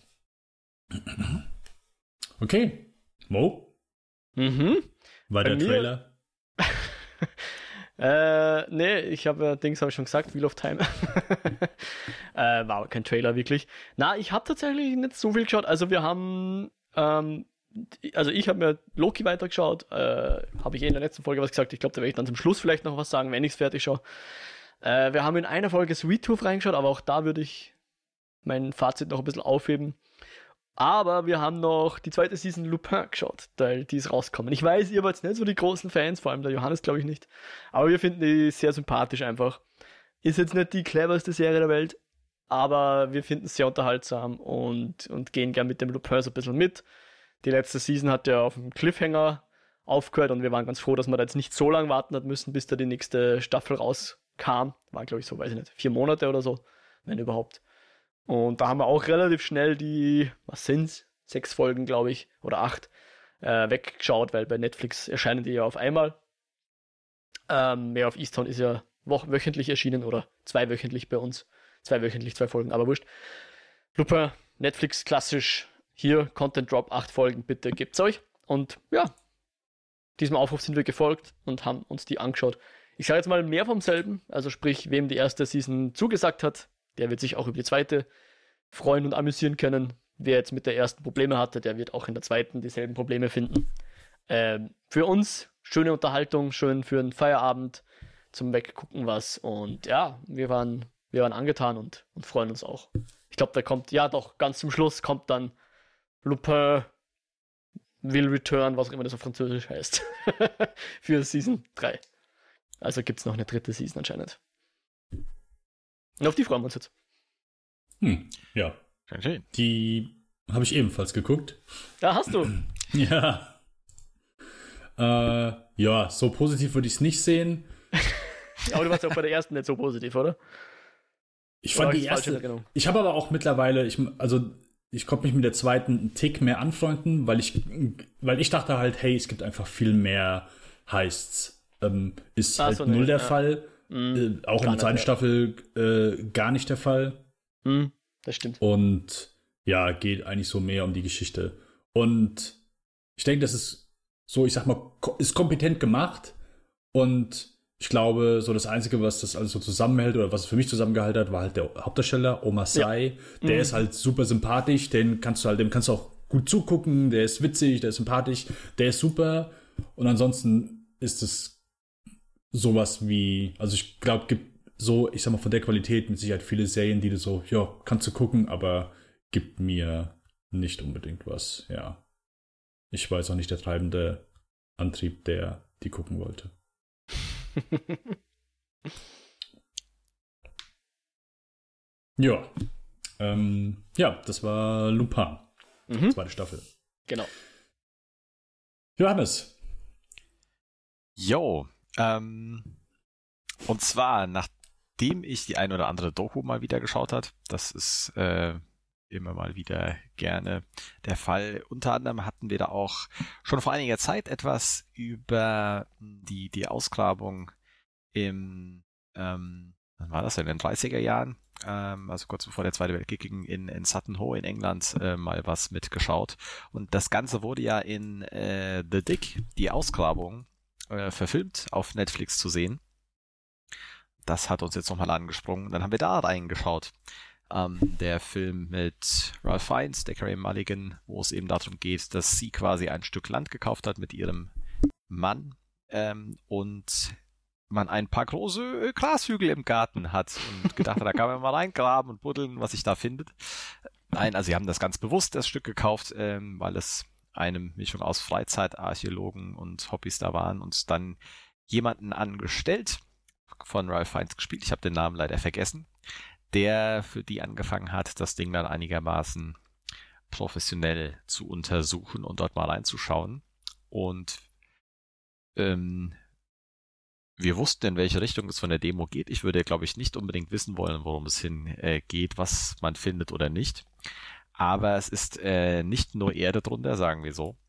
Speaker 1: Okay. Mo?
Speaker 2: Mhm.
Speaker 1: War
Speaker 2: Bei
Speaker 1: der
Speaker 2: mir-
Speaker 1: Trailer?
Speaker 2: Äh, nee, ich habe ja, Dings habe ich schon gesagt, Wheel of Time. äh, war aber kein Trailer wirklich. Na, ich habe tatsächlich nicht so viel geschaut. Also wir haben, ähm, also ich habe mir Loki weitergeschaut, äh, habe ich eh in der letzten Folge was gesagt, ich glaube, da werde ich dann zum Schluss vielleicht noch was sagen, wenn ich es fertig schaue. Äh, wir haben in einer Folge Sweet Tooth reingeschaut, aber auch da würde ich mein Fazit noch ein bisschen aufheben. Aber wir haben noch die zweite Season Lupin geschaut, weil die ist rausgekommen. Ich weiß, ihr wart nicht so die großen Fans, vor allem der Johannes glaube ich nicht, aber wir finden die sehr sympathisch einfach. Ist jetzt nicht die cleverste Serie der Welt, aber wir finden es sehr unterhaltsam und, und gehen gern mit dem Lupin so ein bisschen mit. Die letzte Season hat ja auf dem Cliffhanger aufgehört und wir waren ganz froh, dass wir da jetzt nicht so lange warten hat müssen, bis da die nächste Staffel rauskam. War glaube ich so, weiß ich nicht, vier Monate oder so, wenn überhaupt. Und da haben wir auch relativ schnell die, was sind's? Sechs Folgen, glaube ich, oder acht, äh, weggeschaut, weil bei Netflix erscheinen die ja auf einmal. Ähm, mehr auf Easttown ist ja wo- wöchentlich erschienen oder zweiwöchentlich bei uns. Zweiwöchentlich, zwei Folgen, aber wurscht. Lupin, Netflix, klassisch. Hier, Content Drop, acht Folgen, bitte gebt's euch. Und ja, diesem Aufruf sind wir gefolgt und haben uns die angeschaut. Ich sage jetzt mal mehr vom selben, also sprich, wem die erste Season zugesagt hat, der wird sich auch über die zweite freuen und amüsieren können. Wer jetzt mit der ersten Probleme hatte, der wird auch in der zweiten dieselben Probleme finden. Ähm, für uns schöne Unterhaltung, schön für einen Feierabend zum Weggucken was. Und ja, wir waren, wir waren angetan und, und freuen uns auch. Ich glaube, da kommt, ja doch, ganz zum Schluss kommt dann Lupin will return, was auch immer das auf Französisch heißt, für Season drei. Also gibt es noch eine dritte Season anscheinend. Und auf die freuen wir uns jetzt.
Speaker 1: Hm, ja.
Speaker 3: Schön.
Speaker 1: Die habe ich ebenfalls geguckt.
Speaker 2: Da hast du.
Speaker 1: Ja. Äh, ja, so positiv würde ich es nicht sehen.
Speaker 2: Aber du warst ja auch bei der ersten nicht so positiv, oder?
Speaker 1: Ich fand
Speaker 2: Oder
Speaker 1: die
Speaker 2: ist falsch in
Speaker 1: erste.
Speaker 2: Erinnerung?
Speaker 1: Ich habe aber auch mittlerweile, ich, also ich konnte mich mit der zweiten einen Tick mehr anfreunden, weil ich, weil ich dachte halt, hey, es gibt einfach viel mehr Heists. Ähm, ist
Speaker 2: Ach
Speaker 1: halt
Speaker 2: so,
Speaker 1: null
Speaker 2: nee,
Speaker 1: der
Speaker 2: ja.
Speaker 1: Fall.
Speaker 2: Mhm.
Speaker 1: Äh, auch in
Speaker 2: Gar
Speaker 1: der
Speaker 2: nicht,
Speaker 1: zweiten
Speaker 2: ja.
Speaker 1: Staffel äh, gar nicht der Fall.
Speaker 2: Mhm, das stimmt.
Speaker 1: Und ja, geht eigentlich so mehr um die Geschichte. Und ich denke, das ist so, ich sag mal, ko- ist kompetent gemacht. Und ich glaube, so das Einzige, was das alles so zusammenhält oder was es für mich zusammengehalten hat, war halt der Hauptdarsteller, Omar Sy. Der
Speaker 2: Mhm.
Speaker 1: ist halt super sympathisch, den kannst du halt, dem kannst du auch gut zugucken, der ist witzig, der ist sympathisch, der ist super. Und ansonsten ist es sowas wie, also ich glaube, gibt so, ich sag mal, von der Qualität mit Sicherheit viele Serien, die du so, ja, kannst du gucken, aber gibt mir nicht unbedingt was, ja. Ich war jetzt auch nicht der treibende Antrieb, der die gucken wollte. Ja. Ähm, ja, das war Lupin.
Speaker 2: Mhm.
Speaker 1: Zweite Staffel.
Speaker 2: Genau.
Speaker 1: Johannes.
Speaker 3: Jo, ähm, und zwar, nachdem ich die ein oder andere Doku mal wieder geschaut hat, das ist äh, immer mal wieder gerne der Fall. Unter anderem hatten wir da auch schon vor einiger Zeit etwas über die, die Ausgrabung im, ähm, wann war das denn, in den dreißiger Jahren, ähm, also kurz bevor der Zweite Weltkrieg ging, in, in Sutton Hoo in England äh, mal was mitgeschaut. Und das Ganze wurde ja in äh, The Dig, die Ausgrabung, äh, verfilmt auf Netflix zu sehen. Das hat uns jetzt nochmal angesprungen. Dann haben wir da reingeschaut. Ähm, der Film mit Ralph Fiennes, der Carey Mulligan, wo es eben darum geht, dass sie quasi ein Stück Land gekauft hat mit ihrem Mann ähm, und man ein paar große äh, Grashügel im Garten hat und gedacht hat, da kann man mal reingraben und buddeln, was sich da findet. Nein, also sie haben das ganz bewusst, das Stück gekauft, ähm, weil es eine Mischung aus Freizeitarchäologen und Hobbys da waren und dann jemanden angestellt, von Ralph Fiennes gespielt, ich habe den Namen leider vergessen, der für die angefangen hat, das Ding dann einigermaßen professionell zu untersuchen und dort mal reinzuschauen. Und ähm, wir wussten, in welche Richtung es von der Demo geht. Ich würde, glaube ich, nicht unbedingt wissen wollen, worum es hin äh, geht, was man findet oder nicht. Aber es ist äh, nicht nur Erde drunter, sagen wir so.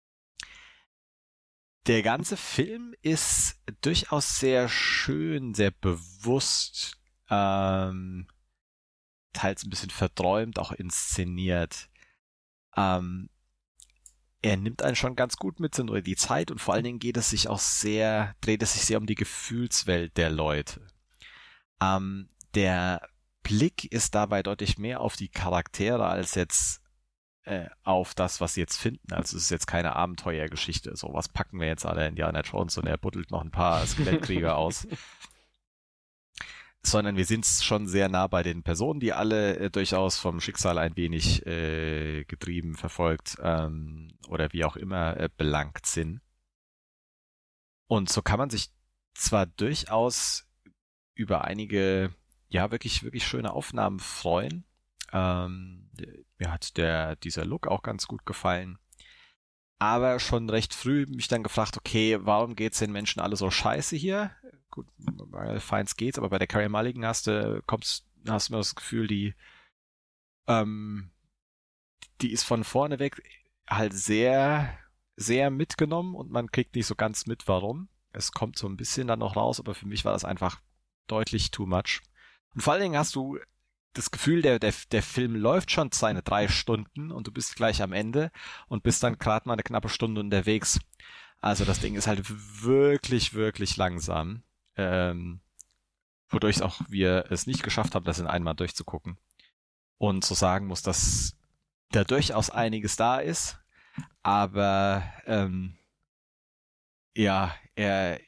Speaker 3: Der ganze Film ist durchaus sehr schön, sehr bewusst, ähm, teils ein bisschen verträumt, auch inszeniert. Ähm, er nimmt einen schon ganz gut mit in die Zeit und vor allen Dingen geht es sich auch sehr, dreht es sich sehr um die Gefühlswelt der Leute. Ähm, der Blick ist dabei deutlich mehr auf die Charaktere als jetzt äh, auf das, was sie jetzt finden. Also es ist jetzt keine Abenteuergeschichte. So, was packen wir jetzt alle Indiana Jones und er buddelt noch ein paar Skelettkrieger aus. Sondern wir sind schon sehr nah bei den Personen, die alle äh, durchaus vom Schicksal ein wenig äh, getrieben, verfolgt ähm, oder wie auch immer äh, belangt sind. Und so kann man sich zwar durchaus über einige, ja, wirklich, wirklich schöne Aufnahmen freuen. Ähm, mir hat der, dieser Look auch ganz gut gefallen. Aber schon recht früh mich dann gefragt, okay, warum geht's den Menschen alle so scheiße hier? Gut, bei Feins geht's, aber bei der Carey Mulligan hast du, kommst, hast du immer das Gefühl, die, ähm, die ist von vorne weg halt sehr, sehr mitgenommen und man kriegt nicht so ganz mit, warum. Es kommt so ein bisschen dann noch raus, aber für mich war das einfach deutlich too much. Und vor allen Dingen hast du das Gefühl, der, der, der Film läuft schon seine drei Stunden und du bist gleich am Ende und bist dann gerade mal eine knappe Stunde unterwegs. Also das Ding ist halt wirklich, wirklich langsam. Ähm, wodurch auch wir es nicht geschafft haben, das in einmal durchzugucken. Und zu sagen muss, dass da durchaus einiges da ist, aber ähm, ja, er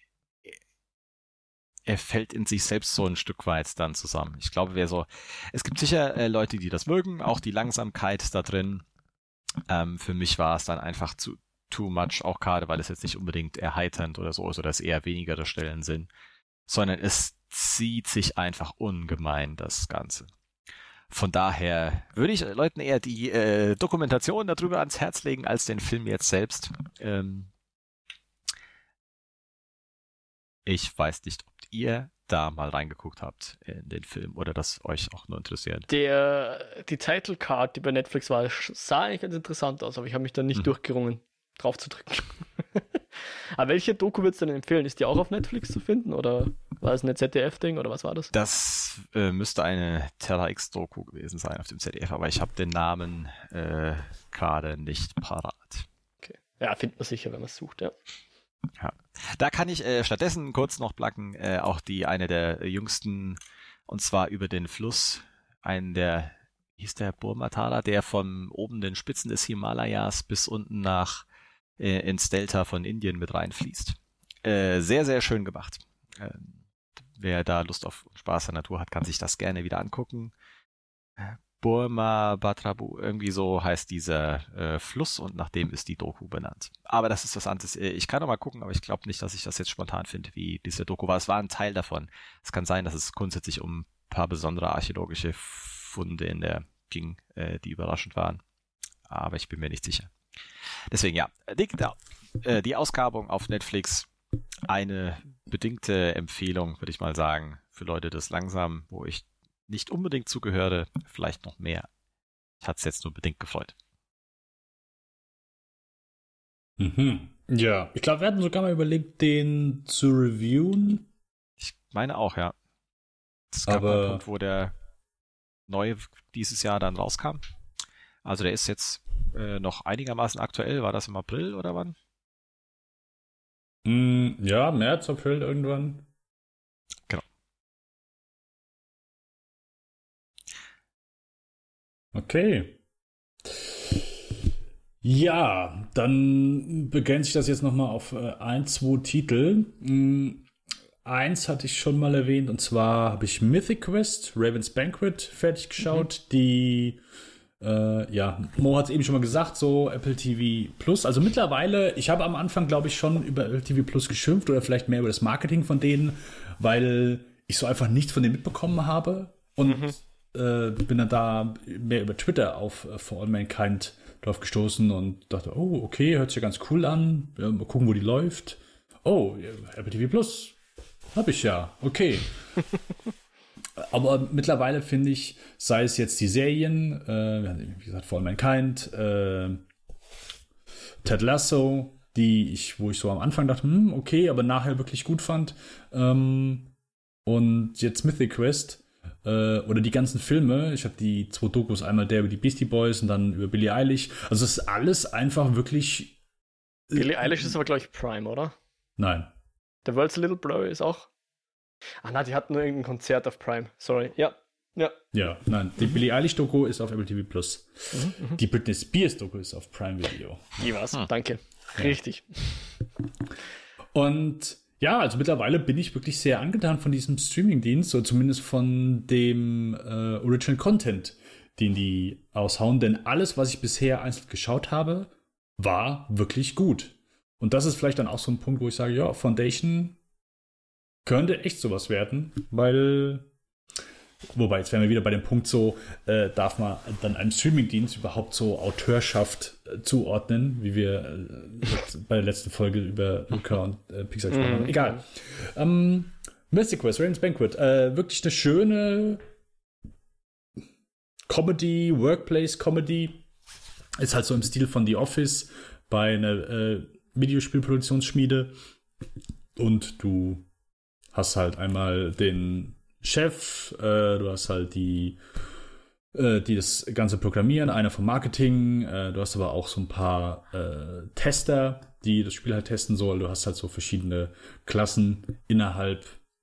Speaker 3: er fällt in sich selbst so ein Stück weit dann zusammen. Ich glaube, wer so, es gibt sicher äh, Leute, die das mögen, auch die Langsamkeit da drin. Ähm, für mich war es dann einfach zu too much, auch gerade, weil es jetzt nicht unbedingt erheiternd oder so ist oder es eher weniger Stellen sind, sondern es zieht sich einfach ungemein, das Ganze. Von daher würde ich Leuten eher die äh, Dokumentation darüber ans Herz legen, als den Film jetzt selbst. Ähm, ich weiß nicht, ob ihr da mal reingeguckt habt in den Film oder das euch auch nur interessiert.
Speaker 2: Der, die Title Card, die bei Netflix war, sah eigentlich ganz interessant aus, aber ich habe mich dann nicht mhm. durchgerungen, drauf zu drücken. Aber welche Doku würdest du denn empfehlen? Ist die auch auf Netflix zu finden oder war es eine Z D F-Ding oder was war das?
Speaker 3: Das äh, müsste eine Terra X-Doku gewesen sein auf dem Z D F, aber ich habe den Namen äh, gerade nicht parat.
Speaker 2: Okay. Ja, findet man sicher, wenn man es sucht, ja.
Speaker 3: Ja. Da kann ich äh, stattdessen kurz noch placken, äh, auch die eine der jüngsten, und zwar über den Fluss, einen der, hieß der Burma-Taler, der von oben den Spitzen des Himalayas bis unten nach äh, ins Delta von Indien mit reinfließt. Äh, sehr, sehr schön gemacht. Äh, wer da Lust auf Spaß an Natur hat, kann sich das gerne wieder angucken. Äh, Burma Batrabu, irgendwie so heißt dieser äh, Fluss und nach dem ist die Doku benannt. Aber das ist was anderes. Ich kann noch mal gucken, aber ich glaube nicht, dass ich das jetzt spontan finde, wie diese Doku war. Es war ein Teil davon. Es kann sein, dass es grundsätzlich um ein paar besondere archäologische Funde in der ging, äh, die überraschend waren. Aber ich bin mir nicht sicher. Deswegen ja, die, äh, die Ausgrabung auf Netflix, eine bedingte Empfehlung, würde ich mal sagen, für Leute das langsam, wo ich nicht unbedingt zugehöre, vielleicht noch mehr. Ich hatte es jetzt nur bedingt gefreut.
Speaker 1: Mhm. Ja, ich glaube, wir hatten sogar mal überlegt, den zu reviewen.
Speaker 3: Ich meine auch, ja. Es gab
Speaker 1: Aber
Speaker 3: einen Punkt, wo der neu dieses Jahr dann rauskam. Also der ist jetzt äh, noch einigermaßen aktuell. War das im April oder wann?
Speaker 1: Mm, ja, März, April irgendwann.
Speaker 3: Genau.
Speaker 1: Okay. Ja, dann begrenze ich das jetzt nochmal auf äh, ein, zwei Titel. Mm, eins hatte ich schon mal erwähnt, und zwar habe ich Mythic Quest, Raven's Banquet, fertig geschaut. Mhm. Die, äh, ja, Mo hat es eben schon mal gesagt, so Apple T V Plus. Also mittlerweile, ich habe am Anfang, glaube ich, schon über Apple T V Plus geschimpft oder vielleicht mehr über das Marketing von denen, weil ich so einfach nichts von denen mitbekommen habe. Und mhm. äh, bin dann da mehr über Twitter auf uh, For All Mankind drauf gestoßen und dachte, oh, okay, hört sich ja ganz cool an. Ja, mal gucken, wo die läuft. Oh, Apple T V Plus. Hab ich ja. Okay. Aber mittlerweile finde ich, sei es jetzt die Serien, äh, wie gesagt, For All Mankind, äh, Ted Lasso, die ich, wo ich so am Anfang dachte, hm, okay, aber nachher wirklich gut fand. Ähm, und jetzt Mythic Quest, äh, oder die ganzen Filme. Ich habe die zwei Dokus, einmal der über die Beastie Boys und dann über Billie Eilish. Also es ist alles einfach wirklich...
Speaker 2: Äh, Billie Eilish ist aber, glaube ich, Prime, oder?
Speaker 1: Nein.
Speaker 2: The World's a Little Blur ist auch... Ah, na, die hatten nur irgendein Konzert auf Prime. Sorry. Ja. Ja.
Speaker 1: Ja, nein, die Billie Eilish-Doku ist auf Apple T V Plus. Mhm, die Britney Spears-Doku ist auf Prime Video.
Speaker 2: Die war's, hm. danke. Ja. Richtig.
Speaker 1: Und ja, also mittlerweile bin ich wirklich sehr angetan von diesem Streaming-Dienst, oder zumindest von dem äh, Original Content, den die aushauen. Denn alles, was ich bisher einzeln geschaut habe, war wirklich gut. Und das ist vielleicht dann auch so ein Punkt, wo ich sage, ja, Foundation könnte echt sowas werden, weil, wobei, jetzt wären wir wieder bei dem Punkt so, äh, darf man dann einem Streamingdienst überhaupt so Autorschaft äh, zuordnen, wie wir äh, bei der letzten Folge über Luca und äh, Pixar gesprochen haben. Egal. Ähm, Mystic Quest, Raven's Banquet, äh, wirklich eine schöne Comedy, Workplace-Comedy. Ist halt so im Stil von The Office bei einer äh, Videospielproduktionsschmiede. Und du hast halt einmal den Chef, äh, du hast halt die, äh, die das ganze programmieren, einer vom Marketing, äh, du hast aber auch so ein paar äh, Tester, die das Spiel halt testen sollen. Du hast halt so verschiedene Klassen innerhalb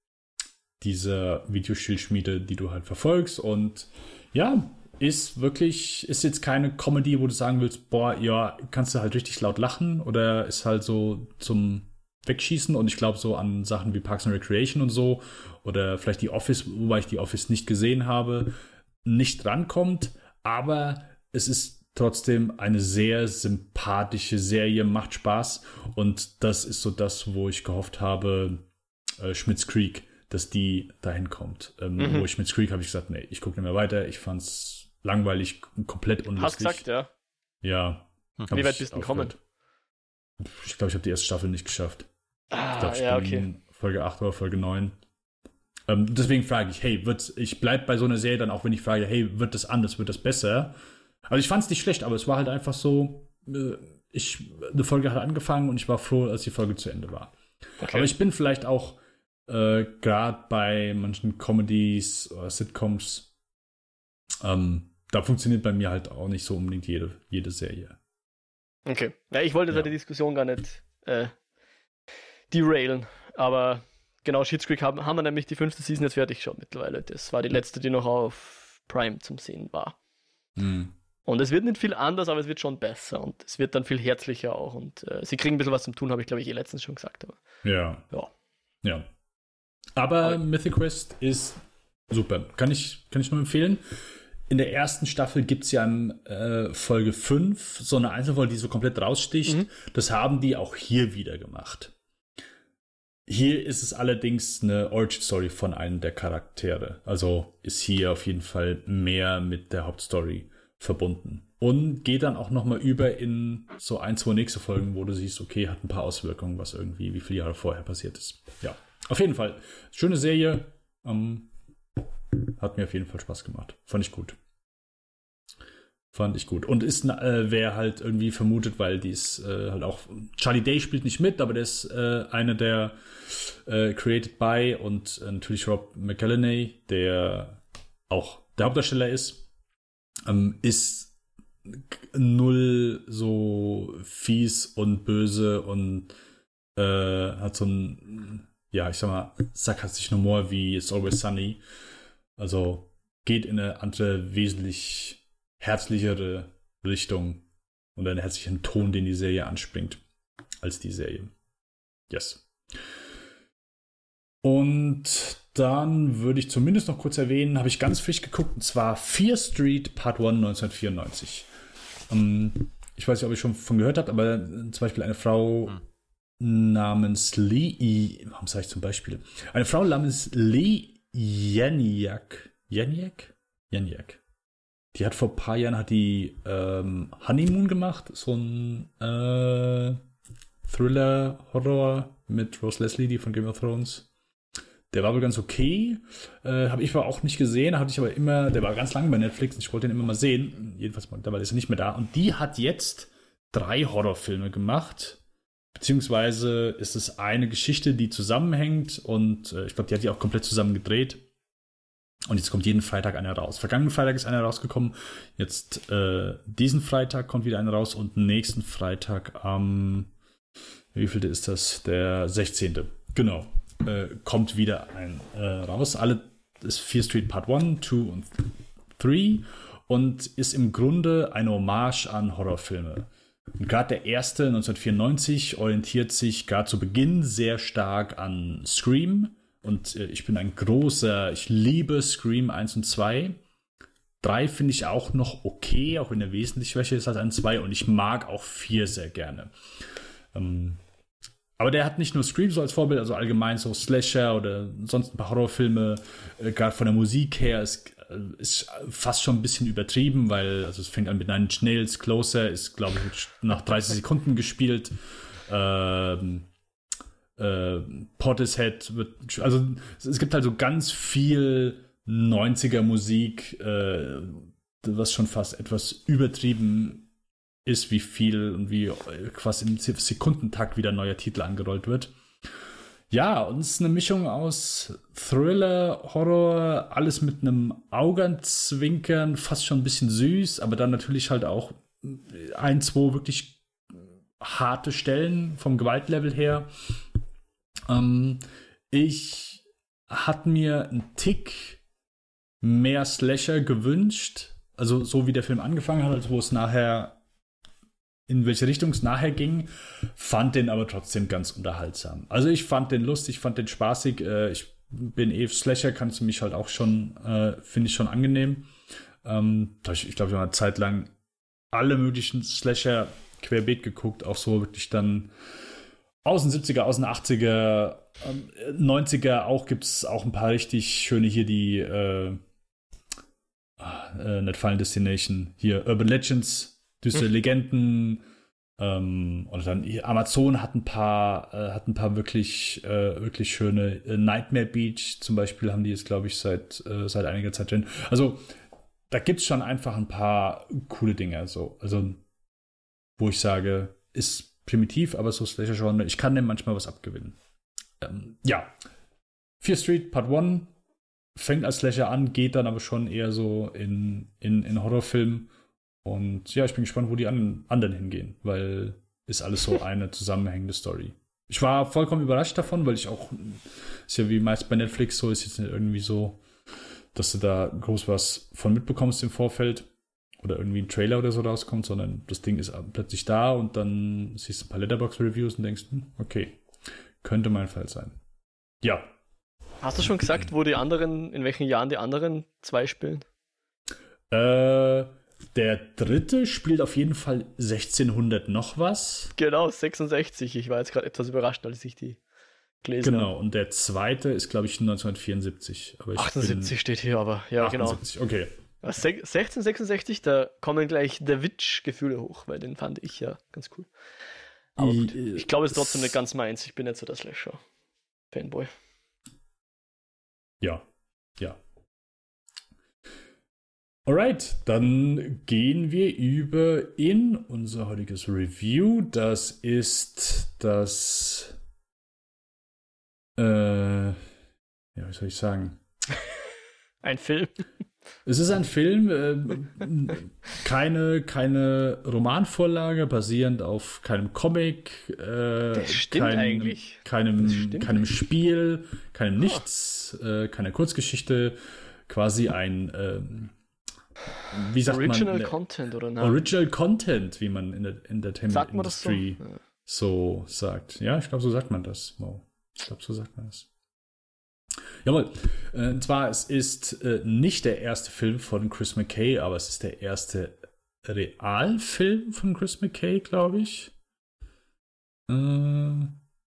Speaker 1: dieser Videospielschmiede, die du halt verfolgst. Und ja, ist wirklich, ist jetzt keine Comedy, wo du sagen willst, boah, ja, kannst du halt richtig laut lachen, oder ist halt so zum Wegschießen. Und ich glaube so an Sachen wie Parks and Recreation und so, oder vielleicht die Office, wobei ich die Office nicht gesehen habe, nicht drankommt. Aber es ist trotzdem eine sehr sympathische Serie, macht Spaß. Und das ist so das, wo ich gehofft habe, äh, Schmitz Creek, dass die dahin kommt. Ähm, mhm. Wo ich Schmitz Creek habe ich gesagt, nee, ich gucke nicht mehr weiter. Ich fand's langweilig, komplett unlustig.
Speaker 2: Hast gesagt, ja.
Speaker 1: Ja.
Speaker 2: Hm. Wie weit bist du gekommen?
Speaker 1: Ich glaube, ich habe die erste Staffel nicht geschafft.
Speaker 2: Ah,
Speaker 1: ich glaube, ich
Speaker 2: ja,
Speaker 1: bin
Speaker 2: okay.
Speaker 1: in Folge acht oder Folge neun. Ähm, deswegen frage ich, hey, wird, ich bleibe bei so einer Serie dann auch, wenn ich frage, hey, wird das anders, wird das besser? Also ich fand es nicht schlecht, aber es war halt einfach so, äh, ich, eine Folge hat angefangen und ich war froh, als die Folge zu Ende war. Okay. Aber ich bin vielleicht auch äh, gerade bei manchen Comedies oder Sitcoms, ähm, da funktioniert bei mir halt auch nicht so unbedingt jede, jede Serie.
Speaker 2: Okay. Ja, ich wollte ja. da die Diskussion gar nicht äh, derailen, aber genau, Schitt's Creek haben, haben wir nämlich die fünfte Season jetzt fertig geschaut mittlerweile. Das war die letzte, die noch auf Prime zum Sehen war.
Speaker 1: Mhm.
Speaker 2: Und es wird nicht viel anders, aber es wird schon besser und es wird dann viel herzlicher auch und äh, sie kriegen ein bisschen was zum Tun, habe ich glaube ich eh letztens schon gesagt. Aber,
Speaker 1: ja.
Speaker 2: Ja.
Speaker 1: Ja. Aber, aber Mythic Quest ist super. Kann ich, kann ich nur empfehlen. In der ersten Staffel gibt es ja in äh, Folge fünf so eine Einzelfolge, die so komplett raussticht. Mhm. Das haben die auch hier wieder gemacht. Hier ist es allerdings eine Origin-Story von einem der Charaktere. Also ist hier auf jeden Fall mehr mit der Hauptstory verbunden. Und geht dann auch nochmal über in so ein, zwei nächste Folgen, wo du siehst, okay, hat ein paar Auswirkungen, was irgendwie, wie viele Jahre vorher passiert ist. Ja, auf jeden Fall. Schöne Serie. Ähm, Hat mir auf jeden Fall Spaß gemacht. Fand ich gut. Fand ich gut. Und ist, äh, wer halt irgendwie vermutet, weil die ist äh, halt auch, Charlie Day spielt nicht mit, aber der ist äh, einer der äh, Created by und äh, natürlich Rob McElhenney, der auch der Hauptdarsteller ist, ähm, ist null so fies und böse und äh, hat so ein, ja, ich sag mal, sarkastischen Humor wie It's Always Sunny. Also geht in eine andere, wesentlich herzlichere Richtung und einen herzlichen Ton, den die Serie anspringt, als die Serie. Yes. Und dann würde ich zumindest noch kurz erwähnen, habe ich ganz frisch geguckt, und zwar Fear Street Part eins neunzehnhundertvierundneunzig. Ähm, ich weiß nicht, ob ihr schon von gehört habt, aber zum Beispiel eine Frau hm. namens Lee, warum sage ich zum Beispiel? Eine Frau namens Lee Janiak. Janiak? Janiak. Die hat vor ein paar Jahren hat die ähm, Honeymoon gemacht. So ein äh, Thriller-Horror mit Rose Leslie, die von Game of Thrones. Der war wohl ganz okay. Äh, Habe ich aber auch nicht gesehen. Hatte ich aber immer, der war ganz lange bei Netflix und ich wollte ihn immer mal sehen. Jedenfalls, dabei ist er nicht mehr da. Und die hat jetzt drei Horrorfilme gemacht. Beziehungsweise ist es eine Geschichte, die zusammenhängt und äh, ich glaube, die hat die auch komplett zusammen gedreht. Und jetzt kommt jeden Freitag einer raus. Vergangenen Freitag ist einer rausgekommen. Jetzt äh, diesen Freitag kommt wieder einer raus und nächsten Freitag am, ähm, wie vielte ist das? Der sechzehnte Genau. Äh, kommt wieder ein äh, raus. Alle ist Fear Street Part eins, zwei und drei und ist im Grunde eine Hommage an Horrorfilme. Und gerade der erste, neunzehnhundertvierundneunzig, orientiert sich gerade zu Beginn sehr stark an Scream. Und äh, ich bin ein großer, ich liebe Scream eins und zwei. drei finde ich auch noch okay, auch wenn er wesentlich schwächer ist als ein zwei. Und ich mag auch vier sehr gerne. Ähm, aber der hat nicht nur Scream so als Vorbild, also allgemein so Slasher oder sonst ein paar Horrorfilme. Äh, gerade von der Musik her ist ist fast schon ein bisschen übertrieben, weil also es fängt an mit Nine Inch Nails, Closer, ist, glaube ich, nach dreißig Sekunden gespielt. Ähm, äh, Portishead wird, also es gibt halt so ganz viel neunziger Musik, äh, was schon fast etwas übertrieben ist, wie viel und wie quasi im Sekundentakt wieder ein neuer Titel angerollt wird. Ja, und es ist eine Mischung aus Thriller, Horror, alles mit einem Augenzwinkern, fast schon ein bisschen süß, aber dann natürlich halt auch ein, zwei wirklich harte Stellen vom Gewaltlevel her. Ähm, ich hatte mir einen Tick mehr Slasher gewünscht, also so wie der Film angefangen hat, also wo es nachher in welche Richtung es nachher ging, fand den aber trotzdem ganz unterhaltsam. Also ich fand den lustig, fand den spaßig. Äh, ich bin eh Slasher, kannst du mich halt auch schon, äh, finde ich schon angenehm. Ähm, ich ich glaube, ich habe eine Zeit lang alle möglichen Slasher querbeet geguckt, auch so wirklich dann aus den siebziger, aus den achtziger, ähm, neunziger auch gibt es auch ein paar richtig schöne hier, die äh, äh, nicht Final Destination, hier Urban Legends, düstere Legenden, ähm, und dann Amazon hat ein paar, äh, hat ein paar wirklich, äh, wirklich schöne äh, Nightmare Beach zum Beispiel haben die jetzt, glaube ich, seit, äh, seit einiger Zeit drin. Also da gibt es schon einfach ein paar coole Dinge, so. Also wo ich sage, ist primitiv, aber so Slasher-Genre, ich kann dem manchmal was abgewinnen. Ähm, ja, Fear Street Part eins fängt als Slasher an, geht dann aber schon eher so in, in, in Horrorfilm. Und ja, ich bin gespannt, wo die anderen hingehen, weil ist alles so eine zusammenhängende Story. Ich war vollkommen überrascht davon, weil ich auch, ist ja wie meist bei Netflix so, ist jetzt nicht irgendwie so, dass du da groß was von mitbekommst im Vorfeld oder irgendwie ein Trailer oder so rauskommt, sondern das Ding ist plötzlich da und dann siehst du ein paar Letterboxd-Reviews und denkst, okay, könnte mein Fall sein. Ja.
Speaker 2: Hast du schon gesagt, wo die anderen, in welchen Jahren die anderen zwei spielen?
Speaker 1: Äh, Der dritte spielt auf jeden Fall sechzehnhundert noch was.
Speaker 2: Genau, sechsundsechzig. Ich war jetzt gerade etwas überrascht, als ich die gelesen
Speaker 1: genau,
Speaker 2: habe.
Speaker 1: Genau, und der zweite ist, glaube ich, neunzehnhundertvierundsiebzig. Aber ich
Speaker 2: achtundsiebzig steht hier aber. Ja,
Speaker 1: achtundsiebzig,
Speaker 2: genau.
Speaker 1: Okay.
Speaker 2: sechzehnhundertsechsundsechzig, da kommen gleich der Witch-Gefühle hoch, weil den fand ich ja ganz cool. Aber gut, ich glaube, es ist trotzdem nicht ganz meins. Ich bin nicht so der Slasher-Fanboy.
Speaker 1: Ja, ja. Alright, dann gehen wir über in unser heutiges Review. Das ist das, äh, ja, wie soll ich sagen?
Speaker 2: Ein Film.
Speaker 1: Es ist ein Film, äh, keine, keine Romanvorlage, basierend auf keinem Comic, äh,
Speaker 2: das stimmt
Speaker 1: keinem,
Speaker 2: eigentlich.
Speaker 1: keinem,
Speaker 2: das stimmt.
Speaker 1: keinem Spiel, keinem Nichts, oh. äh, keiner Kurzgeschichte, quasi ein, äh, wie sagt
Speaker 2: Original
Speaker 1: man?
Speaker 2: Content oder nein?
Speaker 1: Original Content, wie man in der Entertainment Industry
Speaker 2: so? Ja.
Speaker 1: so sagt. Ja, ich glaube, so sagt man das. Wow. Ich glaube, so sagt man das. Jawohl. Äh, und zwar, es ist äh, nicht der erste Film von Chris McKay, aber es ist der erste Realfilm von Chris McKay, glaube ich. Äh,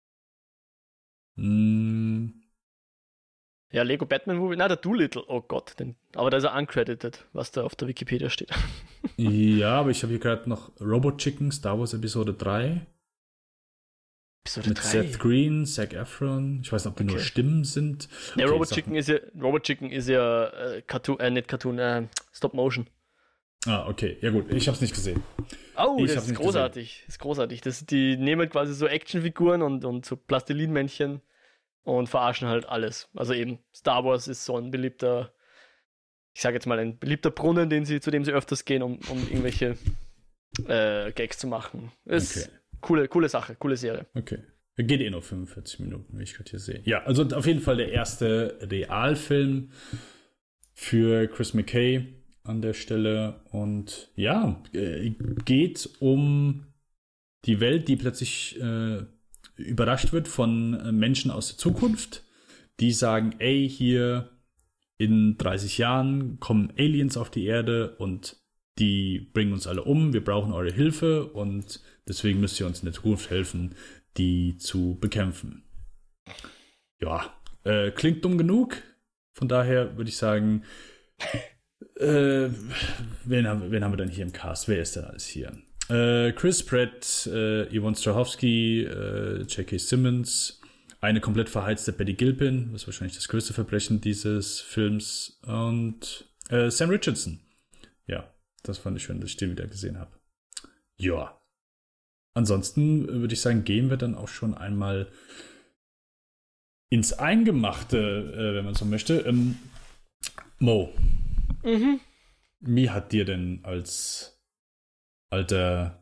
Speaker 1: mh.
Speaker 2: Ja, Lego Batman Movie, na, der Doolittle, oh Gott, den, aber da ist er uncredited, was da auf der Wikipedia steht.
Speaker 1: Ja, aber ich habe hier gerade noch Robot Chicken, Star Wars Episode drei.
Speaker 2: Episode
Speaker 1: mit
Speaker 2: drei?
Speaker 1: Seth Green, Zac Efron. Ich weiß nicht, ob die okay. nur Stimmen sind.
Speaker 2: Ja,
Speaker 1: okay,
Speaker 2: Robot Chicken ist ja, Robot Chicken ist ja äh, Cartoon, äh, nicht Cartoon, äh, Stop Motion.
Speaker 1: Ah, okay. Ja gut, ich habe es nicht gesehen.
Speaker 2: Oh,
Speaker 1: ich
Speaker 2: das ist großartig. Das ist großartig. Das, die nehmen quasi so Actionfiguren und, und so Plastilinmännchen und verarschen halt alles. Also eben, Star Wars ist so ein beliebter, ich sage jetzt mal ein beliebter Brunnen, den sie, zu dem sie öfters gehen, um, um irgendwelche äh, Gags zu machen. Ist
Speaker 1: okay.
Speaker 2: coole, coole Sache, coole Serie.
Speaker 1: Okay. Geht eh nur fünfundvierzig Minuten, wie ich gerade hier sehe. Ja, also auf jeden Fall der erste Realfilm für Chris McKay an der Stelle. Und ja, geht um die Welt, die plötzlich äh, überrascht wird von Menschen aus der Zukunft, die sagen, ey, hier in dreißig Jahren kommen Aliens auf die Erde und die bringen uns alle um, wir brauchen eure Hilfe und deswegen müsst ihr uns in der Zukunft helfen, die zu bekämpfen. Ja, äh, klingt dumm genug. Von daher würde ich sagen, äh, wen, haben, wen haben wir denn hier im Cast? Wer ist denn alles hier? Äh, Chris Pratt, äh, Yvonne Strahovski, äh, J K. Simmons, eine komplett verheizte Betty Gilpin, was wahrscheinlich das größte Verbrechen dieses Films, und äh, Sam Richardson. Ja, das fand ich schön, dass ich den wieder gesehen habe. Ja. Ansonsten würde ich sagen, gehen wir dann auch schon einmal ins Eingemachte, äh, wenn man so möchte. Ähm, Mo,
Speaker 2: Mhm.
Speaker 1: wie hat dir denn als alter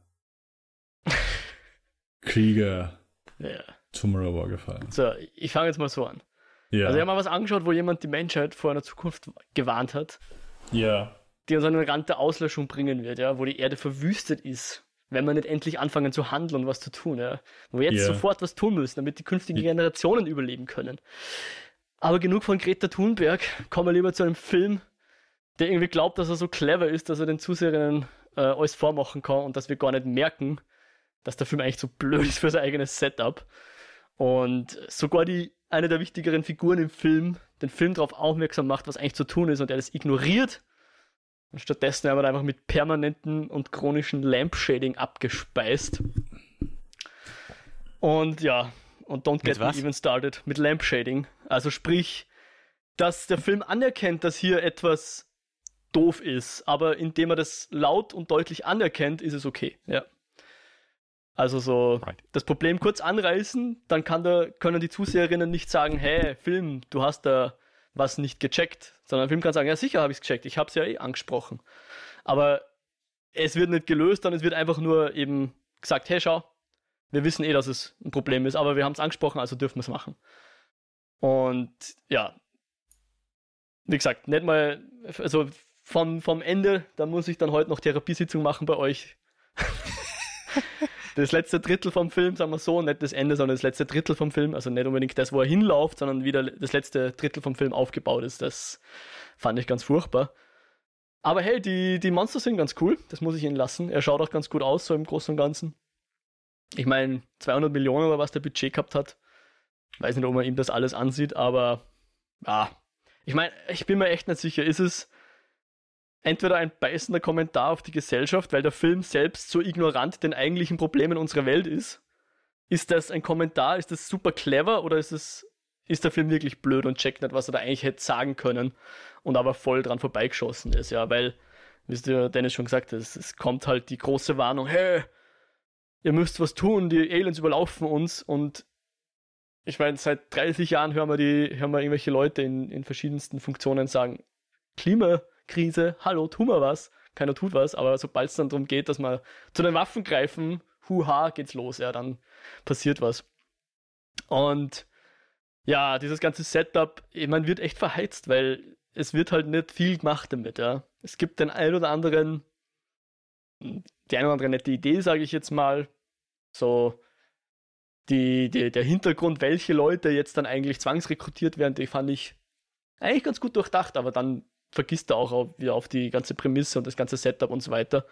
Speaker 1: Krieger
Speaker 2: Ja.
Speaker 1: Tomorrow War gefallen?
Speaker 2: So, ich fange jetzt mal so an.
Speaker 1: Ja.
Speaker 2: Also ich habe mal was angeschaut, wo jemand die Menschheit vor einer Zukunft gewarnt hat,
Speaker 1: ja.
Speaker 2: die uns an den Rand der Auslöschung bringen wird, ja, wo die Erde verwüstet ist, wenn wir nicht endlich anfangen zu handeln und was zu tun, ja. Wo wir jetzt
Speaker 1: Ja.
Speaker 2: sofort was tun müssen, damit die künftigen
Speaker 1: Ja.
Speaker 2: Generationen überleben können. Aber genug von Greta Thunberg, kommen wir lieber zu einem Film, der irgendwie glaubt, dass er so clever ist, dass er den Zuseherinnen äh, alles vormachen kann und dass wir gar nicht merken, dass der Film eigentlich so blöd ist für sein eigenes Setup. Und sogar die, eine der wichtigeren Figuren im Film, den Film darauf aufmerksam macht, was eigentlich zu tun ist, und er das ignoriert. Und stattdessen haben wir einfach mit permanenten und chronischen Lampshading abgespeist. Und ja, und don't get
Speaker 3: Mit was?
Speaker 2: me even started mit Lampshading. Also sprich, dass der Film anerkennt, dass hier etwas doof ist, aber indem er das laut und deutlich anerkennt, ist es okay. Ja. Also so
Speaker 3: Right.
Speaker 2: das Problem kurz anreißen, dann kann der, können die Zuseherinnen nicht sagen, hey, Film, du hast da was nicht gecheckt, sondern der Film kann sagen, ja sicher habe ich es gecheckt, ich habe es ja eh angesprochen. Aber es wird nicht gelöst, dann es wird einfach nur eben gesagt, hey, schau, wir wissen eh, dass es ein Problem ist, aber wir haben es angesprochen, also dürfen wir es machen. Und ja, wie gesagt, nicht mal, also vom, vom Ende, da muss ich dann heute noch Therapiesitzung machen bei euch. Das letzte Drittel vom Film, sagen wir so, nicht das Ende, sondern das letzte Drittel vom Film, also nicht unbedingt das, wo er hinläuft, sondern wie der, das letzte Drittel vom Film aufgebaut ist, das fand ich ganz furchtbar. Aber hey, die, die Monster sind ganz cool, das muss ich ihnen lassen. Er schaut auch ganz gut aus, so im Großen und Ganzen. Ich meine, zweihundert Millionen oder was der Budget gehabt hat. Weiß nicht, ob man ihm das alles ansieht, aber ja, ich meine, ich bin mir echt nicht sicher, ist es entweder ein beißender Kommentar auf die Gesellschaft, weil der Film selbst so ignorant den eigentlichen Problemen unserer Welt ist? Ist das ein Kommentar? Ist das super clever? Oder ist es, ist der Film wirklich blöd und checkt nicht, was er da eigentlich hätte sagen können und aber voll dran vorbeigeschossen ist? Ja, weil, wie es der Dennis schon gesagt hat, es, es kommt halt die große Warnung, hey, ihr müsst was tun, die Aliens überlaufen uns. Und ich meine, seit dreißig Jahren hören wir, die, hören wir irgendwelche Leute in, in verschiedensten Funktionen sagen, Klimakrise, hallo, tun wir was. Keiner tut was, aber sobald es dann darum geht, dass wir zu den Waffen greifen, huha, geht's los, ja, dann passiert was. Und ja, dieses ganze Setup, man wird echt verheizt, weil es wird halt nicht viel gemacht damit, ja. Es gibt den ein oder anderen, die eine oder andere nette Idee, sage ich jetzt mal, so die, die, der Hintergrund, welche Leute jetzt dann eigentlich zwangsrekrutiert werden, die fand ich eigentlich ganz gut durchdacht, aber dann vergisst er auch auf, wieder auf die ganze Prämisse und das ganze Setup und so weiter.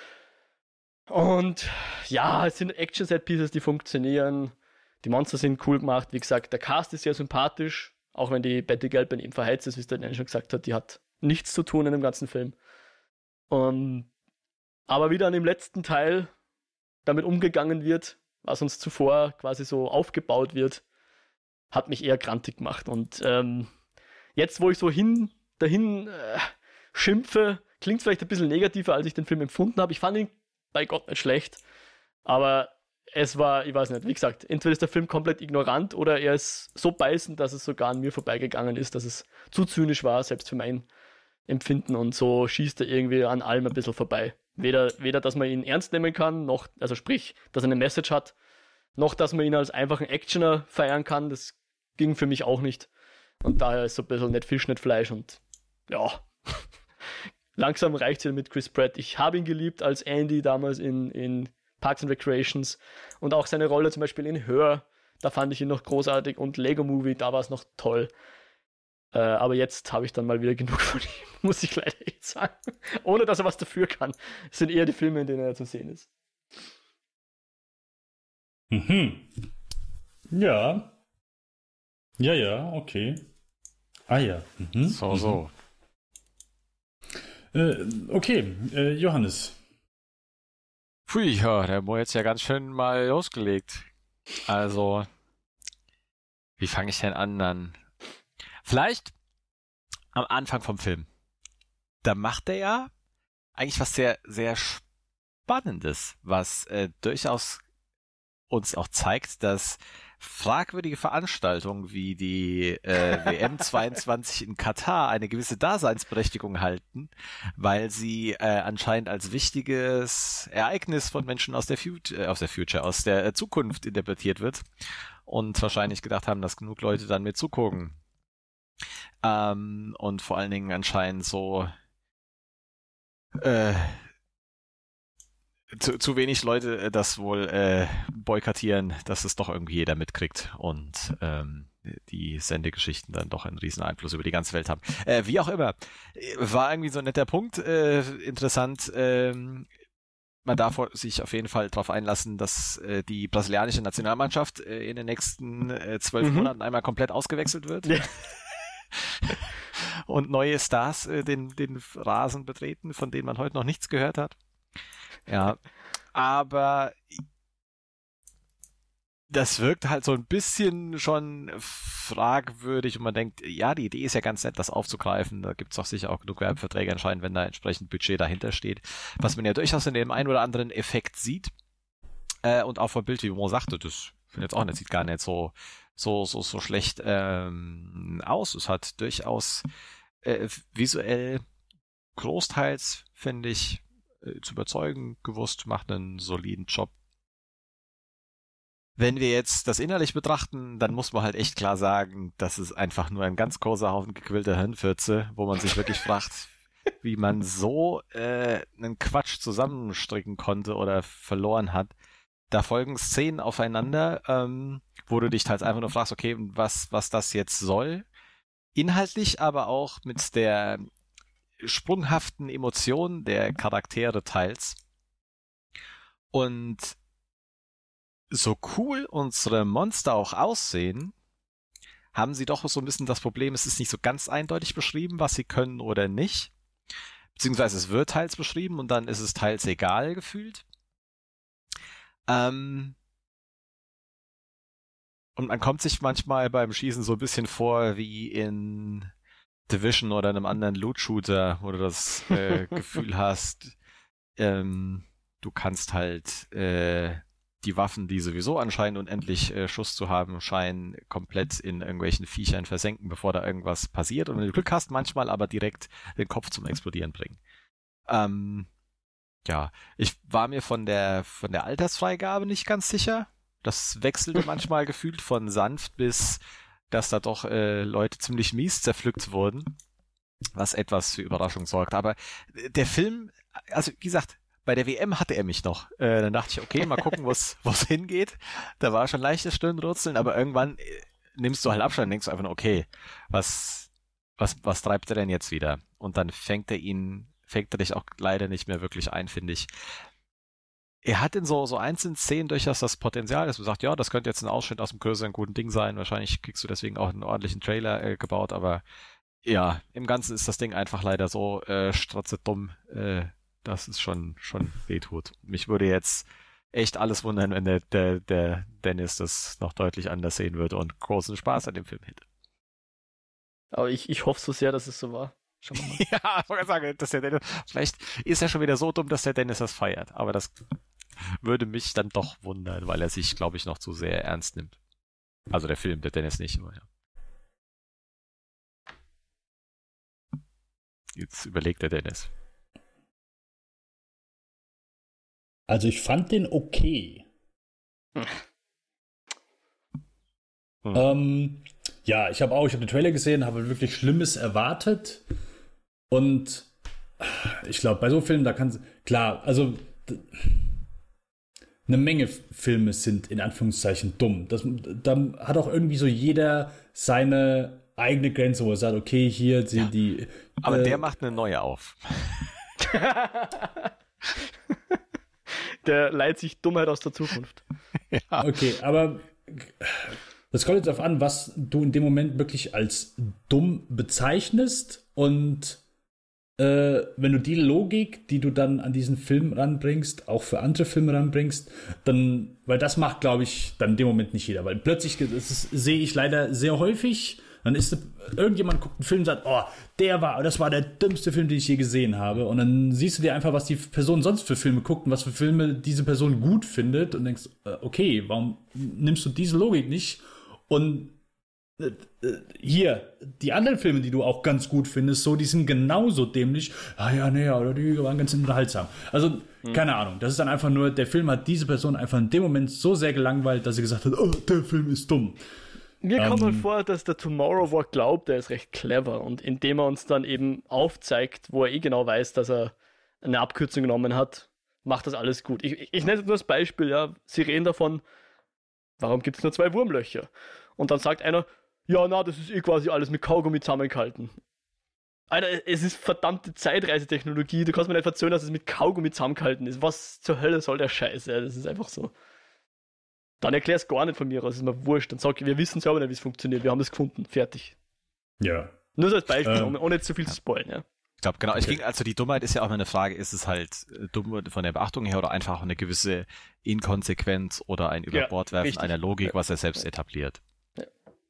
Speaker 2: Und ja, es sind Action-Set-Pieces, die funktionieren. Die Monster sind cool gemacht. Wie gesagt, der Cast ist sehr sympathisch, auch wenn die Betty Gilpin eben verheizt ist, wie es der Daniel schon gesagt hat, die hat nichts zu tun in dem ganzen Film. Um, aber wie dann im letzten Teil damit umgegangen wird, was uns zuvor quasi so aufgebaut wird, hat mich eher grantig gemacht. Und ähm, jetzt, wo ich so hin dahin äh, schimpfe, klingt es vielleicht ein bisschen negativer, als ich den Film empfunden habe. Ich fand ihn bei Gott nicht schlecht, aber es war, ich weiß nicht, wie gesagt, entweder ist der Film komplett ignorant oder er ist so beißend, dass es sogar an mir vorbeigegangen ist, dass es zu zynisch war, selbst für mein Empfinden, und so schießt er irgendwie an allem ein bisschen vorbei. Weder, weder dass man ihn ernst nehmen kann, noch, also sprich, dass er eine Message hat, noch, dass man ihn als einfachen Actioner feiern kann, das ging für mich auch nicht. Und daher ist so ein bisschen nicht Fisch, nicht Fleisch und ja, langsam reicht es mit Chris Pratt. Ich habe ihn geliebt als Andy damals in, in Parks and Recreations und auch seine Rolle zum Beispiel in Her, da fand ich ihn noch großartig und Lego Movie, da war es noch toll. Äh, aber jetzt habe ich dann mal wieder genug von ihm, muss ich leider echt sagen. Ohne, dass er was dafür kann. Es sind eher die Filme, in denen er zu sehen ist.
Speaker 1: Mhm. Ja. Ja, ja, okay. Ah ja. Mhm.
Speaker 3: So, so.
Speaker 1: Äh, okay, äh, Johannes.
Speaker 3: Pfui, ja, der Mo jetzt ja ganz schön mal losgelegt. Also, wie fange ich denn an dann? Vielleicht am Anfang vom Film. Da macht er ja eigentlich was sehr, sehr Spannendes, was äh, durchaus uns auch zeigt, dass fragwürdige Veranstaltungen wie die äh, W M zweiundzwanzig in Katar eine gewisse Daseinsberechtigung halten, weil sie äh, anscheinend als wichtiges Ereignis von Menschen aus der, Fut- äh, aus der Future, aus der äh, Zukunft interpretiert wird und wahrscheinlich gedacht haben, dass genug Leute dann mit zugucken. Ähm, und vor allen Dingen anscheinend so äh, Zu, zu wenig Leute das wohl äh, boykottieren, dass es doch irgendwie jeder mitkriegt und ähm, die Sendegeschichten dann doch einen riesen Einfluss über die ganze Welt haben. Äh, wie auch immer, war irgendwie so ein netter Punkt, äh, interessant. Ähm, man darf sich auf jeden Fall darauf einlassen, dass äh, die brasilianische Nationalmannschaft äh, in den nächsten äh, zwölf mhm. Monaten einmal komplett ausgewechselt wird. Ja. Und neue Stars äh, den, den Rasen betreten, von denen man heute noch nichts gehört hat. Ja, aber das wirkt halt so ein bisschen schon fragwürdig und man denkt, ja, die Idee ist ja ganz nett, das aufzugreifen. Da gibt es auch sicher auch genug Werbeverträge anscheinend, wenn da entsprechend Budget dahinter steht. Was man ja durchaus in dem einen oder anderen Effekt sieht. Äh, und auch vom Bild, wie Mo sagte, das finde ich jetzt auch nicht, sieht gar nicht so, so, so, so schlecht ähm, aus. Es hat durchaus äh, visuell großteils, finde ich, zu überzeugen gewusst, macht einen soliden Job. Wenn wir jetzt das innerlich betrachten, dann muss man halt echt klar sagen, das ist einfach nur ein ganz großer Haufen gequillter Hirnfürze, wo man sich wirklich fragt, wie man so äh, einen Quatsch zusammenstricken konnte oder verloren hat. Da folgen Szenen aufeinander, ähm, wo du dich halt einfach nur fragst, okay, was, was das jetzt soll. Inhaltlich aber auch mit der sprunghaften Emotionen der Charaktere teils. Und so cool unsere Monster auch aussehen, haben sie doch so ein bisschen das Problem, es ist nicht so ganz eindeutig beschrieben, was sie können oder nicht. Beziehungsweise es wird teils beschrieben und dann ist es teils egal gefühlt. Ähm und man kommt sich manchmal beim Schießen so ein bisschen vor wie in Division oder einem anderen Loot-Shooter, wo du das äh, Gefühl hast, ähm, du kannst halt äh, die Waffen, die sowieso anscheinend unendlich äh, Schuss zu haben scheinen, komplett in irgendwelchen Viechern versenken, bevor da irgendwas passiert. Und wenn du Glück hast, manchmal aber direkt den Kopf zum Explodieren bringen. Ähm, ja, ich war mir von der von der Altersfreigabe nicht ganz sicher. Das wechselte manchmal gefühlt von sanft bis dass da doch äh, Leute ziemlich mies zerpflückt wurden, was etwas für Überraschung sorgt. Aber der Film, also wie gesagt, bei der W M hatte er mich noch. Äh, dann dachte ich, okay, mal gucken, wo es hingeht. Da war schon leichtes Stirnrunzeln, aber irgendwann äh, nimmst du halt Abstand und denkst einfach nur, okay, was, was, was treibt er denn jetzt wieder? Und dann fängt er ihn, fängt er dich auch leider nicht mehr wirklich ein, finde ich. Er hat in so, so einzelnen Szenen durchaus das Potenzial, dass man sagt, ja, das könnte jetzt ein Ausschnitt aus einem größeren guten Ding sein. Wahrscheinlich kriegst du deswegen auch einen ordentlichen Trailer äh, gebaut, aber ja, im Ganzen ist das Ding einfach leider so äh, strotzedumm, äh, dass es schon, schon wehtut. Mich würde jetzt echt alles wundern, wenn der, der, der Dennis das noch deutlich anders sehen würde und großen Spaß an dem Film hätte.
Speaker 2: Aber ich, ich hoffe so sehr, dass es so war. Schauen wir mal.
Speaker 3: Ja, ich wollte sagen, dass der Dennis, vielleicht ist er schon wieder so dumm, dass der Dennis das feiert, aber das würde mich dann doch wundern, weil er sich, glaube ich, noch zu sehr ernst nimmt. Also der Film, der Dennis nicht, aber ja. Jetzt überlegt der Dennis.
Speaker 1: Also ich fand den okay. Hm. Ähm, ja, ich habe auch, ich habe den Trailer gesehen, habe wirklich Schlimmes erwartet. Und ich glaube, bei so Filmen, da kann klar, also d- eine Menge Filme sind in Anführungszeichen dumm. Das, da hat auch irgendwie so jeder seine eigene Grenze, wo er sagt, okay, hier die.
Speaker 3: Ja.
Speaker 1: die
Speaker 3: Aber
Speaker 1: äh,
Speaker 3: der macht eine neue auf.
Speaker 2: Der leiht sich Dummheit aus der Zukunft.
Speaker 3: Ja.
Speaker 1: Okay, aber das kommt jetzt darauf an, was du in dem Moment wirklich als dumm bezeichnest und äh, wenn du die Logik, die du dann an diesen Film ranbringst, auch für andere Filme ranbringst, dann, weil das macht, glaube ich, dann in dem Moment nicht jeder, weil plötzlich, das ist, sehe ich leider sehr häufig, dann ist irgendjemand guckt einen Film und sagt, oh, der war, das war der dümmste Film, den ich je gesehen habe. Und dann siehst du dir einfach, was die Person sonst für Filme guckt und was für Filme diese Person gut findet und denkst, äh, okay, warum nimmst du diese Logik nicht? Und äh, hier, die anderen Filme, die du auch ganz gut findest, so, die sind genauso dämlich. Ah ja, nee, oder die waren ganz unterhaltsam. Also, hm. keine Ahnung. Das ist dann einfach nur, der Film hat diese Person einfach in dem Moment so sehr gelangweilt, dass sie gesagt hat, oh, der Film ist dumm.
Speaker 2: Mir kommt mal vor, dass der Tomorrow War glaubt, er ist recht clever und indem er uns dann eben aufzeigt, wo er eh genau weiß, dass er eine Abkürzung genommen hat, macht das alles gut. Ich, ich, ich nenne nur das Beispiel, ja, sie reden davon, warum gibt es nur zwei Wurmlöcher? Und dann sagt einer, ja, na, das ist eh quasi alles mit Kaugummi zusammengehalten. Alter, es ist verdammte Zeitreisetechnologie, du kannst mir nicht erzählen, dass es mit Kaugummi zusammengehalten ist. Was zur Hölle soll der Scheiß? Ja, das ist einfach so. Dann erklär es gar nicht von mir aus, ist mir wurscht. Dann sag ich, wir wissen selber nicht, wie es funktioniert. Wir haben es gefunden. Fertig.
Speaker 1: Ja.
Speaker 2: Nur so als Beispiel,
Speaker 1: ähm,
Speaker 2: ohne jetzt zu viel zu spoilen, ja.
Speaker 3: Ich glaube, genau.
Speaker 1: Okay.
Speaker 3: Es ging, also die Dummheit ist ja auch immer eine Frage, ist es halt dumm von der Beachtung her oder einfach eine gewisse Inkonsequenz oder ein Überbordwerfen
Speaker 2: richtig.
Speaker 3: einer Logik, was er selbst etabliert.
Speaker 2: Ja.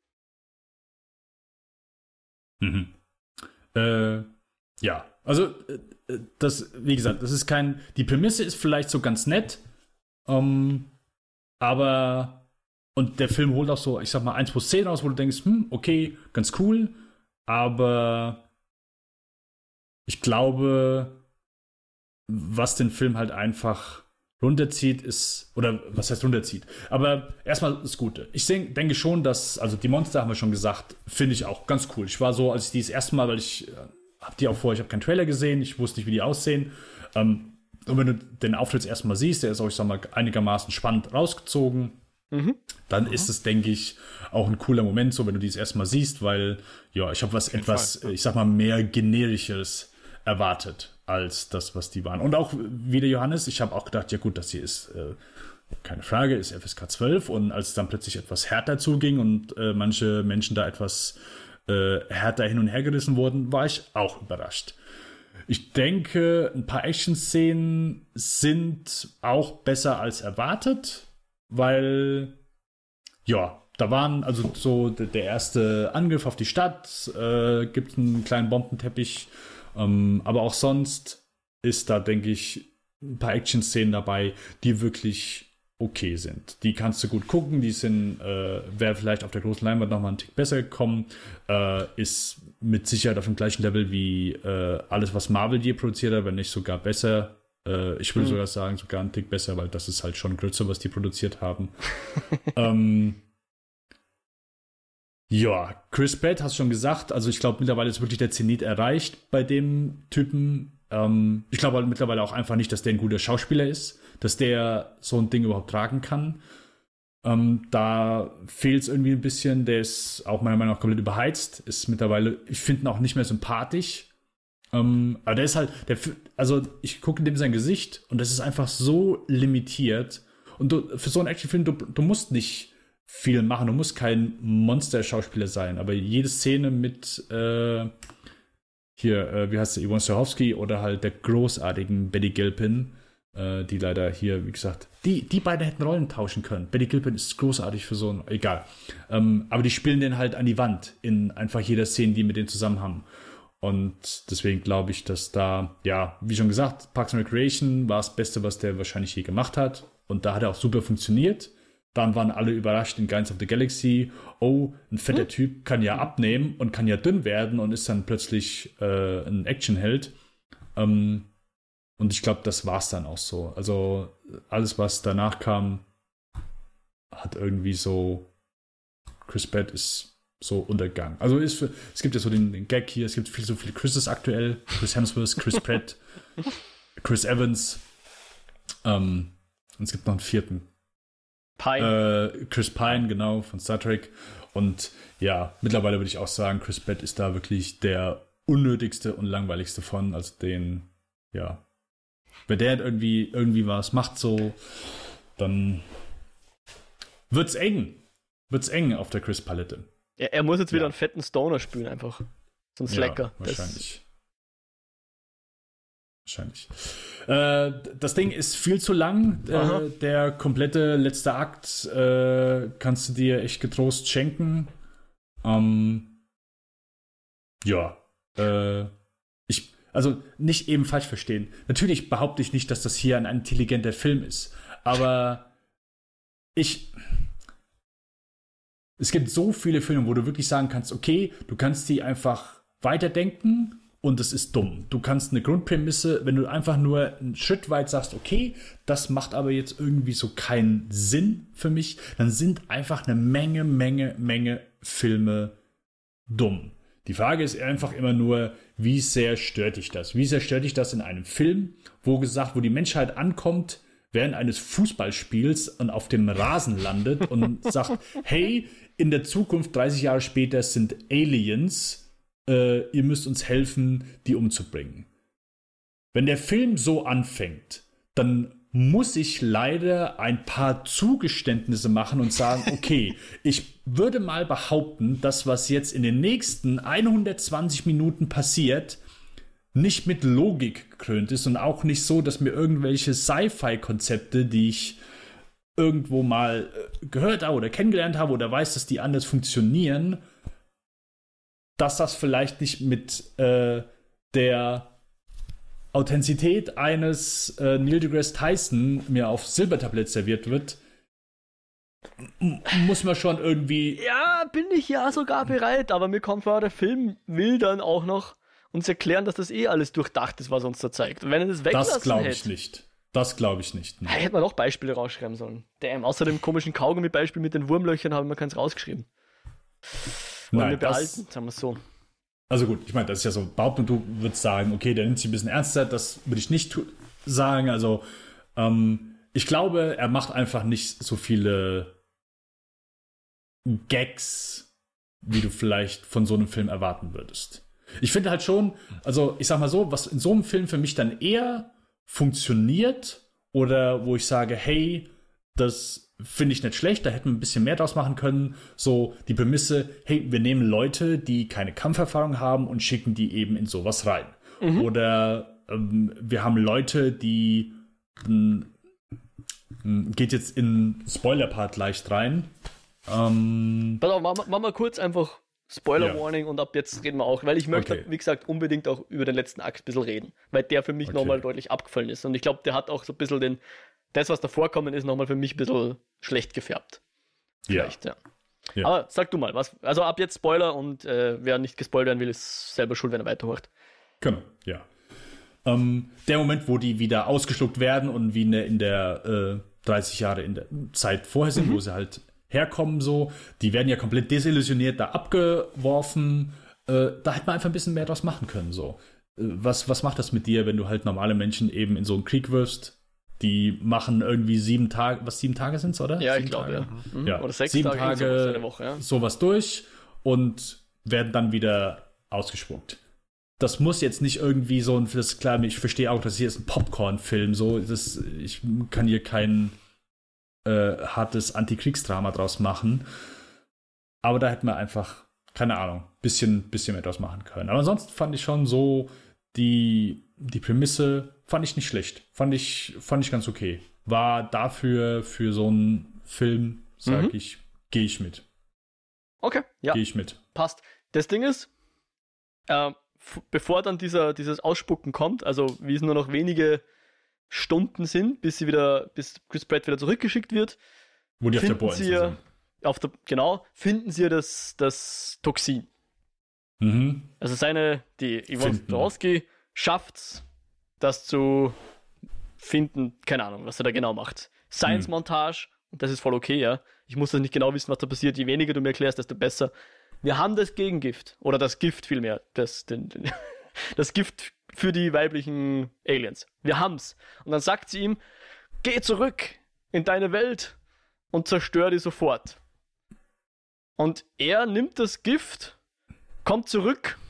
Speaker 1: Mhm. Äh, ja, also äh, das, wie gesagt, das ist kein, die Prämisse ist vielleicht so ganz nett, ähm, aber und der Film holt auch so, ich sag mal, ein, zwei Szenen aus, wo du denkst, hm, okay, ganz cool, aber ich glaube, was den Film halt einfach runterzieht, ist, oder was heißt runterzieht? Aber erstmal das Gute. Ich denk, denke schon, dass, also die Monster haben wir schon gesagt, finde ich auch ganz cool. Ich war so, als ich die das erste Mal, weil ich äh, hab die auch vorher, ich habe keinen Trailer gesehen, ich wusste nicht, wie die aussehen. Ähm, und wenn du den Auftritt erstmal siehst, der ist auch, ich sag mal, einigermaßen spannend rausgezogen, mhm. dann mhm. ist es, denke ich, auch ein cooler Moment, so wenn du die das erste Mal siehst, weil, ja, ich habe was etwas, Fall. ich sag mal, mehr generisches erwartet als das, was die waren. Und auch wie der Johannes, ich habe auch gedacht, ja gut, das hier ist, äh, keine Frage, ist F S K zwölf und als es dann plötzlich etwas härter zuging und äh, manche Menschen da etwas äh, härter hin und her gerissen wurden, war ich auch überrascht. Ich denke, ein paar Action-Szenen sind auch besser als erwartet, weil, ja, da waren also so der, der erste Angriff auf die Stadt, äh, gibt einen kleinen Bombenteppich, ähm, aber auch sonst ist da, denke ich, ein paar Action-Szenen dabei, die wirklich okay sind. Die kannst du gut gucken, die sind, äh, wäre vielleicht auf der großen Leinwand nochmal einen Tick besser gekommen, äh, ist mit Sicherheit auf dem gleichen Level wie äh, alles, was Marvel je produziert hat, wenn nicht sogar besser. Äh, ich will mhm. sogar sagen, sogar einen Tick besser, weil das ist halt schon Grütze, was die produziert haben. ähm, ja, Chris Pratt, hast du schon gesagt, also ich glaube, mittlerweile ist wirklich der Zenit erreicht bei dem Typen. Ähm, ich glaube halt mittlerweile auch einfach nicht, dass der ein guter Schauspieler ist, dass der so ein Ding überhaupt tragen kann. Ähm, da fehlt es irgendwie ein bisschen. Der ist auch meiner Meinung nach komplett überheizt. Ist mittlerweile, ich finde ihn auch nicht mehr sympathisch. Ähm, aber der ist halt, der, also ich gucke dem sein Gesicht und das ist einfach so limitiert. Und du, für so einen Actionfilm, du, du musst nicht viel machen. Du musst kein Monster-Schauspieler sein. Aber jede Szene mit äh, hier, äh, wie heißt der, Yvonne Strahovski oder halt der großartigen Betty Gilpin, äh, die leider hier, wie gesagt, die, die beiden hätten Rollen tauschen können. Betty Gilpin ist großartig für so ein, egal. Ähm, aber die spielen den halt an die Wand in einfach jeder Szene, die mit denen zusammen haben. Und deswegen glaube ich, dass da, ja, wie schon gesagt, Parks and Recreation war das Beste, was der wahrscheinlich je gemacht hat. Und da hat er auch super funktioniert. Dann waren alle überrascht in Guardians of the Galaxy. Oh, ein fetter hm. Typ kann ja abnehmen und kann ja dünn werden und ist dann plötzlich äh, ein Actionheld. Ähm, und ich glaube, das war es dann auch so. Also alles, was danach kam, hat irgendwie so Chris Pratt ist so untergegangen. Also ist für, es gibt ja so den, den Gag hier, es gibt viel so viele Chrises aktuell. Chris Hemsworth, Chris Pratt, Chris Evans. Ähm, und es gibt noch einen vierten.
Speaker 2: Pine.
Speaker 1: Äh, Chris Pine, genau, von Star Trek. Und ja, mittlerweile würde ich auch sagen, Chris Pratt ist da wirklich der unnötigste und langweiligste von. Also den, ja, wenn der irgendwie, irgendwie was macht so, dann wird's eng. Wird's eng auf der Chris-Palette.
Speaker 2: Er, er muss jetzt wieder
Speaker 1: Ja.
Speaker 2: einen fetten Stoner spielen, einfach. So ein Slacker.
Speaker 1: Ja, wahrscheinlich. Wahrscheinlich. Äh, das Ding ist viel zu lang.
Speaker 2: Aha.
Speaker 1: Äh, der komplette letzte Akt äh, kannst du dir echt getrost schenken. Ähm, ja. Äh, ich, also nicht eben falsch verstehen. Natürlich behaupte ich nicht, dass das hier ein intelligenter Film ist. Aber ich. Es gibt so viele Filme, wo du wirklich sagen kannst, okay, du kannst die einfach weiterdenken und es ist dumm. Du kannst eine Grundprämisse, wenn du einfach nur einen Schritt weit sagst, okay, das macht aber jetzt irgendwie so keinen Sinn für mich, dann sind einfach eine Menge, Menge, Menge Filme dumm. Die Frage ist einfach immer nur, wie sehr stört dich das? Wie sehr stört dich das in einem Film, wo gesagt, wo die Menschheit ankommt, während eines Fußballspiels und auf dem Rasen landet und sagt, hey, in der Zukunft, dreißig Jahre später, sind Aliens, äh, ihr müsst uns helfen, die umzubringen. Wenn der Film so anfängt, dann muss ich leider ein paar Zugeständnisse machen und sagen, okay, ich würde mal behaupten, das, was jetzt in den nächsten hundertzwanzig Minuten passiert, nicht mit Logik gekrönt ist und auch nicht so, dass mir irgendwelche Sci-Fi-Konzepte, die ich irgendwo mal gehört habe oder kennengelernt habe oder weiß, dass die anders funktionieren, dass das vielleicht nicht mit äh, der Authentizität eines äh, Neil deGrasse Tyson mir auf Silbertablett serviert wird, m- muss man schon irgendwie...
Speaker 2: Ja, bin ich ja sogar bereit, aber mir kommt vor, der Film will dann auch noch uns erklären, dass das eh alles durchdacht ist, was er uns da zeigt. Und wenn er das weglassen
Speaker 1: Das glaube ich
Speaker 2: hätte,
Speaker 1: nicht. Das glaube ich nicht.
Speaker 2: ja, hätte man auch Beispiele rausschreiben sollen. Damn, außer dem komischen Kaugummi-Beispiel mit den Wurmlöchern haben wir keins rausgeschrieben. Wollen
Speaker 1: Nein,
Speaker 2: wir
Speaker 1: das-
Speaker 2: behalten, sagen wir es so.
Speaker 1: Also gut, ich meine, das ist ja so Behauptung, du würdest sagen, okay, der nimmt sich ein bisschen ernster, das würde ich nicht tu- sagen. Also ähm, ich glaube, er macht einfach nicht so viele Gags, wie du vielleicht von so einem Film erwarten würdest. Ich finde halt schon, also ich sag mal so, was in so einem Film für mich dann eher funktioniert oder wo ich sage, hey, das finde ich nicht schlecht, da hätten wir ein bisschen mehr draus machen können. So die Prämisse, hey, wir nehmen Leute, die keine Kampferfahrung haben und schicken die eben in sowas rein.
Speaker 2: Mhm.
Speaker 1: Oder ähm, wir haben Leute, die ähm, geht jetzt in Spoiler-Part leicht rein. Ähm,
Speaker 2: Pass auf, machen wir, machen wir kurz einfach Spoiler-Warning
Speaker 1: Ja.
Speaker 2: und ab jetzt reden wir auch, weil ich möchte,
Speaker 1: Okay.
Speaker 2: wie gesagt, unbedingt auch über den letzten Akt ein bisschen reden, weil der für mich
Speaker 1: Okay.
Speaker 2: nochmal deutlich abgefallen ist und ich glaube, der hat auch so ein bisschen den, das, was davor kommen ist, nochmal für mich ein bisschen schlecht gefärbt.
Speaker 1: ja.
Speaker 2: Vielleicht, ja.
Speaker 1: Ja.
Speaker 2: Aber sag du mal, was, also ab jetzt Spoiler und äh, wer nicht gespoilert werden will, ist selber schuld, wenn er weiterhört.
Speaker 1: Genau, ja. Ähm, der Moment, wo die wieder ausgeschluckt werden und wie in der, in der äh, dreißig Jahre in der Zeit vorher sind, wo sie halt herkommen, so, die werden ja komplett desillusioniert da abgeworfen. Äh, da hätte man einfach ein bisschen mehr draus machen können, so. Äh, was, was macht das mit dir, wenn du halt normale Menschen eben in so einen Krieg wirfst? Die machen irgendwie sieben Tage, was sieben Tage sind's, oder?
Speaker 2: Ja,
Speaker 1: sieben
Speaker 2: ich glaube,
Speaker 1: Tage?
Speaker 2: ja. Mhm.
Speaker 1: Ja,
Speaker 2: Oder sechs
Speaker 1: sieben
Speaker 2: Tage,
Speaker 1: Tage,
Speaker 2: sowas in der Woche, ja.
Speaker 1: sowas durch und werden dann wieder ausgespuckt. Das muss jetzt nicht irgendwie so ein, das ist klar, ich verstehe auch, das hier ist ein Popcorn-Film, so, das, ich kann hier kein äh, hartes Antikriegsdrama draus machen. Aber da hätten wir einfach, keine Ahnung, bisschen, bisschen mehr draus machen können. Aber ansonsten fand ich schon so, die, die Prämisse fand ich nicht schlecht. Fand ich, fand ich ganz okay. War dafür, für so einen Film, sag
Speaker 2: Mhm.
Speaker 1: ich, gehe ich mit.
Speaker 2: Okay, ja,
Speaker 1: Gehe ich mit.
Speaker 2: passt. Das Ding ist, äh, f- bevor dann dieser, dieses Ausspucken kommt, also wie es nur noch wenige Stunden sind, bis sie wieder, bis Chris Pratt wieder zurückgeschickt wird,
Speaker 1: Wo die auf der
Speaker 2: finden
Speaker 1: Bohrinsel
Speaker 2: sie ja,
Speaker 1: sind.
Speaker 2: auf der, genau, finden sie ja das, das Toxin.
Speaker 1: Mhm.
Speaker 2: Also seine, die Yvonne
Speaker 1: Finden.
Speaker 2: Strahovski schafft's, das zu finden, keine Ahnung, was er da genau macht. Science-Montage, und das ist voll okay, ja. Ich muss das nicht genau wissen, was da passiert. Je weniger du mir erklärst, desto besser. Wir haben das Gegengift. Oder das Gift vielmehr. Das, den, den, das Gift für die weiblichen Aliens. Wir haben's. Und dann sagt sie ihm, geh zurück in deine Welt und zerstör die sofort. Und er nimmt das Gift, kommt zurück.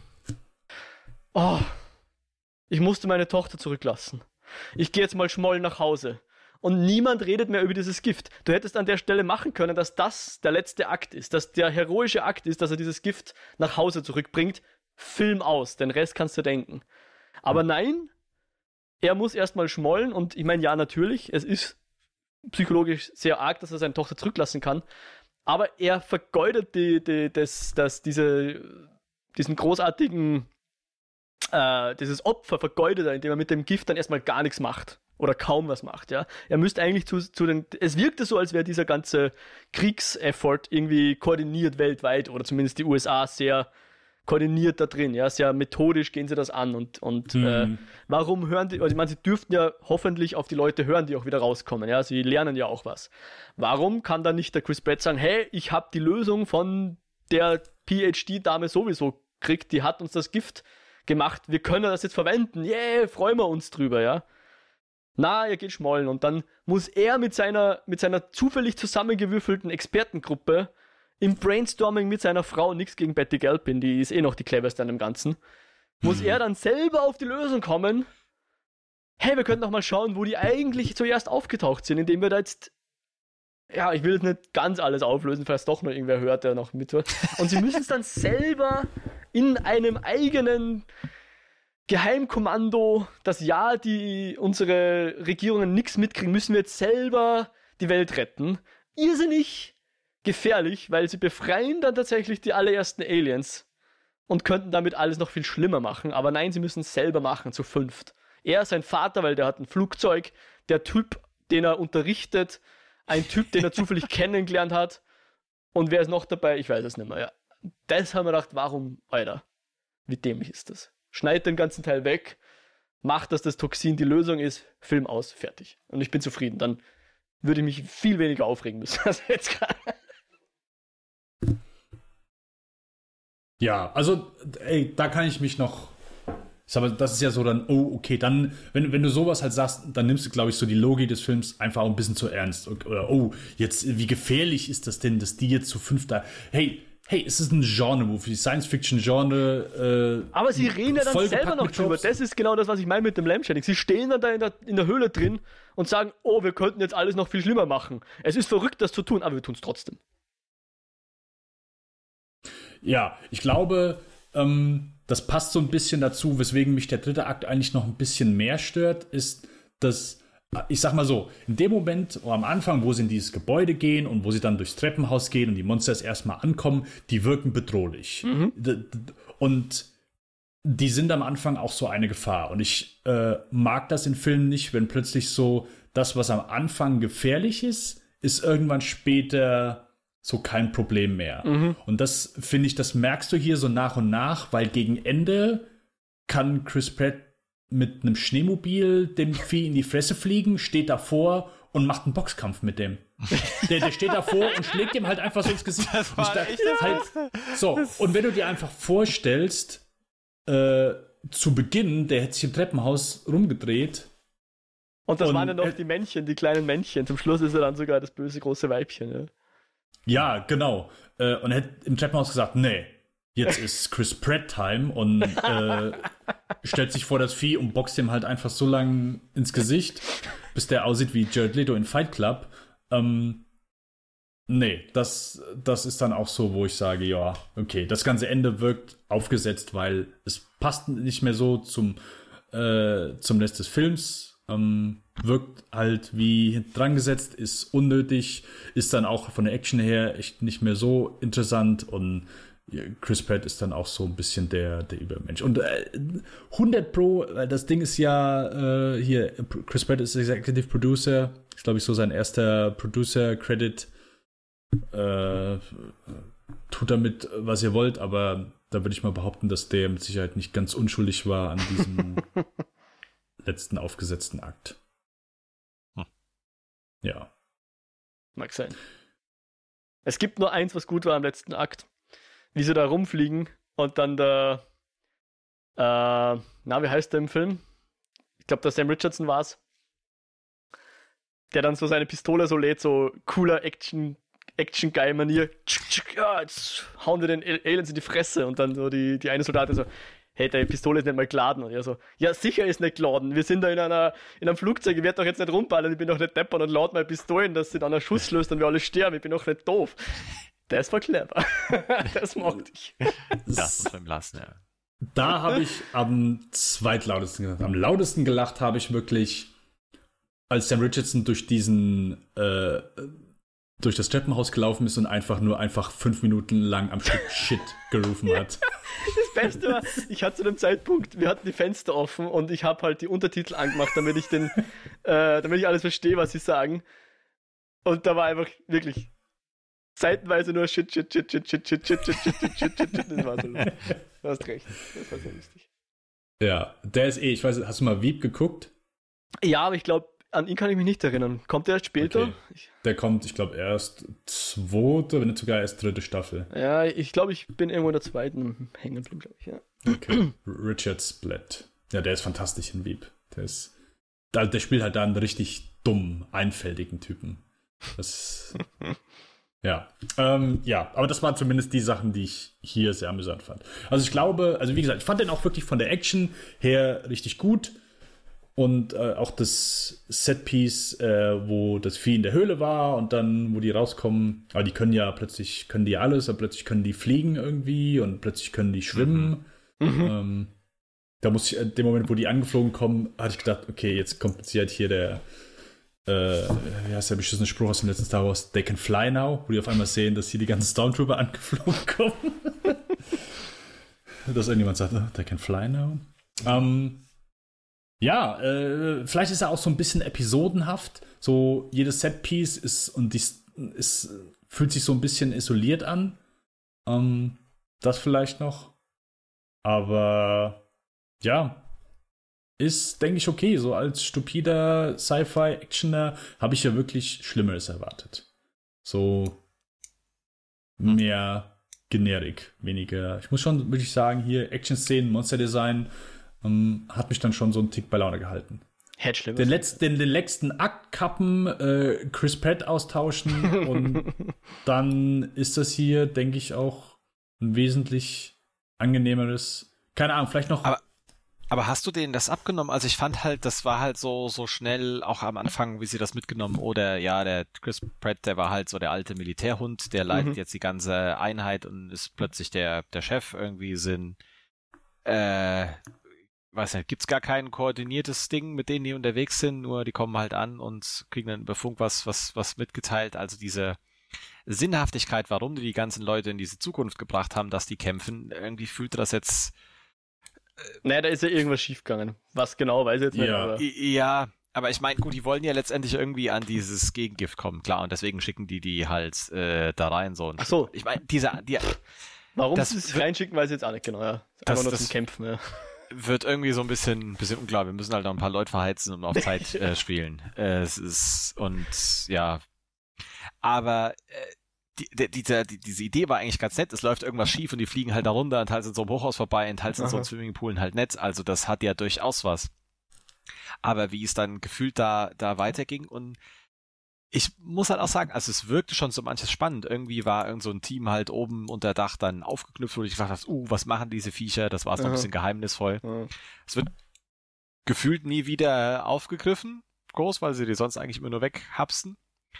Speaker 2: Oh, ich musste meine Tochter zurücklassen. Ich gehe jetzt mal schmollen nach Hause. Und niemand redet mehr über dieses Gift. Du hättest an der Stelle machen können, dass das der letzte Akt ist, dass der heroische Akt ist, dass er dieses Gift nach Hause zurückbringt. Film aus, den Rest kannst du denken. Aber nein, er muss erstmal schmollen und ich meine, ja, natürlich, es ist psychologisch sehr arg, dass er seine Tochter zurücklassen kann, aber er vergeudet die, die, das, das, diese, diesen großartigen, äh, dieses Opfer vergeudet er, indem er mit dem Gift dann erstmal gar nichts macht oder kaum was macht, ja. Er müsste eigentlich zu, zu den, es wirkte so, als wäre dieser ganze Kriegseffort irgendwie koordiniert weltweit oder zumindest die U S A sehr koordiniert da drin, ja, sehr methodisch gehen sie das an und, und mhm. äh, warum hören die, also ich meine, sie dürften ja hoffentlich auf die Leute hören, die auch wieder rauskommen, ja, sie lernen ja auch was. Warum kann dann nicht der Chris Pratt sagen, hey, ich habe die Lösung von der P H D-Dame sowieso gekriegt, die hat uns das Gift gemacht, wir können das jetzt verwenden, yeah, freuen wir uns drüber, ja. Na, er geht schmollen und dann muss er mit seiner, mit seiner zufällig zusammengewürfelten Expertengruppe im Brainstorming mit seiner Frau, nichts gegen Betty Galpin, die ist eh noch die cleverste an dem Ganzen, muss er dann selber auf die Lösung kommen, hey, wir könnten doch mal schauen, wo die eigentlich zuerst aufgetaucht sind, indem wir da jetzt, ja, ich will jetzt nicht ganz alles auflösen, falls doch noch irgendwer hört, der noch mithört, und sie müssen es dann selber in einem eigenen Geheimkommando, das ja die unsere Regierungen nichts mitkriegen, müssen wir jetzt selber die Welt retten. Irrsinnig gefährlich, weil sie befreien dann tatsächlich die allerersten Aliens und könnten damit alles noch viel schlimmer machen. Aber nein, sie müssen es selber machen, zu fünft. Er, sein Vater, weil der hat ein Flugzeug, der Typ, den er unterrichtet, ein Typ, den er zufällig kennengelernt hat, und wer ist noch dabei? Ich weiß es nicht mehr. Ja. Das haben wir gedacht, warum, Alter, wie dämlich ist das? Schneid den ganzen Teil weg, macht, dass das Toxin die Lösung ist, Film aus, fertig. Und ich bin zufrieden. Dann würde ich mich viel weniger aufregen müssen als jetzt gerade.
Speaker 1: Ja, also, ey, da kann ich mich noch. Ich sag mal, das ist ja so dann, oh, okay, dann, wenn, wenn du sowas halt sagst, dann nimmst du, glaube ich, so die Logik des Films einfach auch ein bisschen zu ernst. Oder, oh, jetzt, wie gefährlich ist das denn, dass die jetzt zu fünf da. Hey, hey, es ist ein Genre-Movie, Science-Fiction-Genre. Äh,
Speaker 2: Aber sie reden ja dann selber noch drüber. Das ist genau das, was ich meine mit dem Lamb-Shading. Sie stehen dann da in der, in der Höhle drin und sagen, oh, wir könnten jetzt alles noch viel schlimmer machen. Es ist verrückt, das zu tun, aber wir tun es trotzdem.
Speaker 1: Ja, ich glaube, ähm, das passt so ein bisschen dazu, weswegen mich der dritte Akt eigentlich noch ein bisschen mehr stört, ist, dass, ich sag mal so, in dem Moment, oh, am Anfang, wo sie in dieses Gebäude gehen und wo sie dann durchs Treppenhaus gehen und die Monsters erstmal ankommen, die wirken bedrohlich. Mhm. Und die sind am Anfang auch so eine Gefahr. Und ich äh, mag das in Filmen nicht, wenn plötzlich so das, was am Anfang gefährlich ist, ist irgendwann später so kein Problem mehr. Mhm. Und das, finde ich, das merkst du hier so nach und nach, weil gegen Ende kann Chris Pratt mit einem Schneemobil dem Vieh in die Fresse fliegen, steht davor und macht einen Boxkampf mit dem. Der, der steht davor und schlägt ihm halt einfach so ins Gesicht.
Speaker 3: Das war
Speaker 1: da,
Speaker 3: echt
Speaker 1: halt, so, und wenn du dir einfach vorstellst, äh, zu Beginn, der hätte sich im Treppenhaus rumgedreht.
Speaker 2: Und das
Speaker 1: und,
Speaker 2: waren ja noch
Speaker 1: äh,
Speaker 2: die Männchen, die kleinen Männchen. Zum Schluss ist er dann sogar das böse große Weibchen. Ja,
Speaker 1: ja genau. Äh, und er hätte im Treppenhaus gesagt, nee, jetzt ist Chris Pratt Time und äh, stellt sich vor das Vieh und boxt ihm halt einfach so lang ins Gesicht, bis der aussieht wie Jared Leto in Fight Club. Ähm, nee, das, das ist dann auch so, wo ich sage, ja, okay, das ganze Ende wirkt aufgesetzt, weil es passt nicht mehr so zum, äh, zum Rest des Films. Ähm, wirkt halt wie dran gesetzt, ist unnötig, ist dann auch von der Action her echt nicht mehr so interessant und Chris Pratt ist dann auch so ein bisschen der, der Übermensch. Und äh, hundert Pro, das Ding ist ja äh, hier, Chris Pratt ist Executive Producer, ist glaube ich so sein erster Producer-Credit. Äh, tut damit, was ihr wollt, aber da würde ich mal behaupten, dass der mit Sicherheit nicht ganz unschuldig war an diesem letzten aufgesetzten Akt. Hm. Ja.
Speaker 2: Mag sein. Es gibt nur eins, was gut war im letzten Akt. Wie sie da rumfliegen und dann der, äh, na, wie heißt der im Film? Ich glaube, der Sam Richardson war es. Der dann so seine Pistole so lädt, so cooler Action, Action-Guy-Manier. Ja, jetzt hauen wir den Aliens in die Fresse und dann so die, die eine Soldatin so, hey, deine Pistole ist nicht mal geladen. Und er so, ja, sicher ist nicht geladen. Wir sind da in einer in einem Flugzeug, ich werde doch jetzt nicht rumballern, ich bin doch nicht deppern und laut meine Pistolen, dass sie dann einen Schuss löst und wir alle sterben, ich bin doch nicht doof. Das war clever. Das mochte ich.
Speaker 3: Das muss man lassen, ja.
Speaker 1: Da habe ich am zweitlautesten gelacht. Am lautesten gelacht habe ich wirklich, als Sam Richardson durch diesen äh, durch das Treppenhaus gelaufen ist und einfach nur einfach fünf Minuten lang am Stück Shit gerufen hat.
Speaker 2: Das Beste war, ich hatte zu dem Zeitpunkt, wir hatten die Fenster offen und ich habe halt die Untertitel angemacht, damit ich den, äh, damit ich alles verstehe, was sie sagen. Und da war einfach wirklich seitenweise nur Shit, Shit, Shit, Shit, Shit, Shit, Shit, Shit, Shit, Shit, Shit, Shit, Shit. Das war so lustig. Du hast recht. Das war sehr lustig.
Speaker 1: Ja, der ist eh, ich weiß, hast du mal Veep geguckt?
Speaker 2: Ja, aber ich glaube, an ihn kann ich mich nicht erinnern. Kommt der erst später?
Speaker 1: Okay. Der kommt, ich glaube, erst zweite, wenn nicht sogar erst dritte Staffel.
Speaker 2: Ja, ich glaube, ich bin irgendwo in der zweiten hängen geblieben, glaube ich, ja.
Speaker 1: Okay. Richard Splett. Ja, der ist fantastisch in Veep. Der ist, der, der spielt halt da einen richtig dummen, einfältigen Typen. Das ja. Ähm, ja, aber das waren zumindest die Sachen, die ich hier sehr amüsant fand. Also ich glaube, also wie gesagt, ich fand den auch wirklich von der Action her richtig gut. Und äh, auch das Setpiece, äh, wo das Vieh in der Höhle war und dann, wo die rauskommen, aber die können ja plötzlich, können die alles, aber plötzlich können die fliegen irgendwie und plötzlich können die schwimmen. Mhm. Ähm, da muss ich, in dem Moment, wo die angeflogen kommen, hatte ich gedacht, okay, jetzt kommt jetzt halt hier der, äh, wie heißt der beschissene Spruch aus dem letzten Star Wars, they can fly now, wo die auf einmal sehen, dass hier die ganzen Stormtrooper angeflogen kommen. Dass irgendjemand sagt, oh, they can fly now. Ähm, Ja, äh, vielleicht ist er auch so ein bisschen episodenhaft. So jedes Setpiece ist und dies ist, fühlt sich so ein bisschen isoliert an. Ähm, das vielleicht noch. Aber ja, ist, denke ich, okay. So als stupider Sci-Fi-Actioner habe ich ja wirklich Schlimmeres erwartet. So mehr Generik, weniger. Ich muss schon wirklich sagen, hier Action-Szenen, Monster-Design Um, hat mich dann schon so einen Tick bei Laune gehalten. Den, Letz-, den, den letzten Akt kappen, äh, Chris Pratt austauschen und dann ist das hier, denke ich, auch ein wesentlich angenehmeres. Keine Ahnung, vielleicht noch.
Speaker 3: Aber, aber hast du denen das abgenommen? Also ich fand halt, das war halt so, so schnell, auch am Anfang, wie sie das mitgenommen. Oder ja, der Chris Pratt, der war halt so der alte Militärhund, der leitet mhm. jetzt die ganze Einheit und ist plötzlich der, der Chef. Irgendwie sind äh, weiß nicht, gibt's gar kein koordiniertes Ding, mit denen die unterwegs sind, nur die kommen halt an und kriegen dann über Funk was, was, was mitgeteilt. Also diese Sinnhaftigkeit, warum die die ganzen Leute in diese Zukunft gebracht haben, dass die kämpfen, irgendwie fühlte das jetzt...
Speaker 2: Äh, naja, da ist ja irgendwas schiefgegangen. Was genau, weiß ich jetzt nicht.
Speaker 3: Ja,
Speaker 2: aber,
Speaker 3: ja, aber ich meine, gut, die wollen ja letztendlich irgendwie an dieses Gegengift kommen, klar, und deswegen schicken die die halt äh, da rein. So.
Speaker 2: Ach so.
Speaker 3: Ich meine, diese... Die,
Speaker 2: warum sie es reinschicken, weiß ich jetzt auch nicht genau, ja.
Speaker 3: Das,
Speaker 2: Einfach nur
Speaker 3: das,
Speaker 2: zum Kämpfen, ja.
Speaker 3: Wird irgendwie so ein bisschen, bisschen unklar. Wir müssen halt noch ein paar Leute verheizen und auf Zeit äh, spielen. Äh, es ist, und ja. Aber äh, die, die, diese, die, diese Idee war eigentlich ganz nett. Es läuft irgendwas schief und die fliegen halt da runter, und teils in so einem Hochhaus vorbei, und teils in so einem Swimmingpool halt nett. Also das hat ja durchaus was. Aber wie es dann gefühlt da, da weiterging, und ich muss halt auch sagen, also es wirkte schon so manches spannend. Irgendwie war irgend so ein Team halt oben unter Dach dann aufgeknüpft, wo ich gesagt habe, uh, was machen diese Viecher? Das war es noch ein bisschen geheimnisvoll. Ja. Es wird gefühlt nie wieder aufgegriffen, groß, weil sie die sonst eigentlich immer nur weghapsen.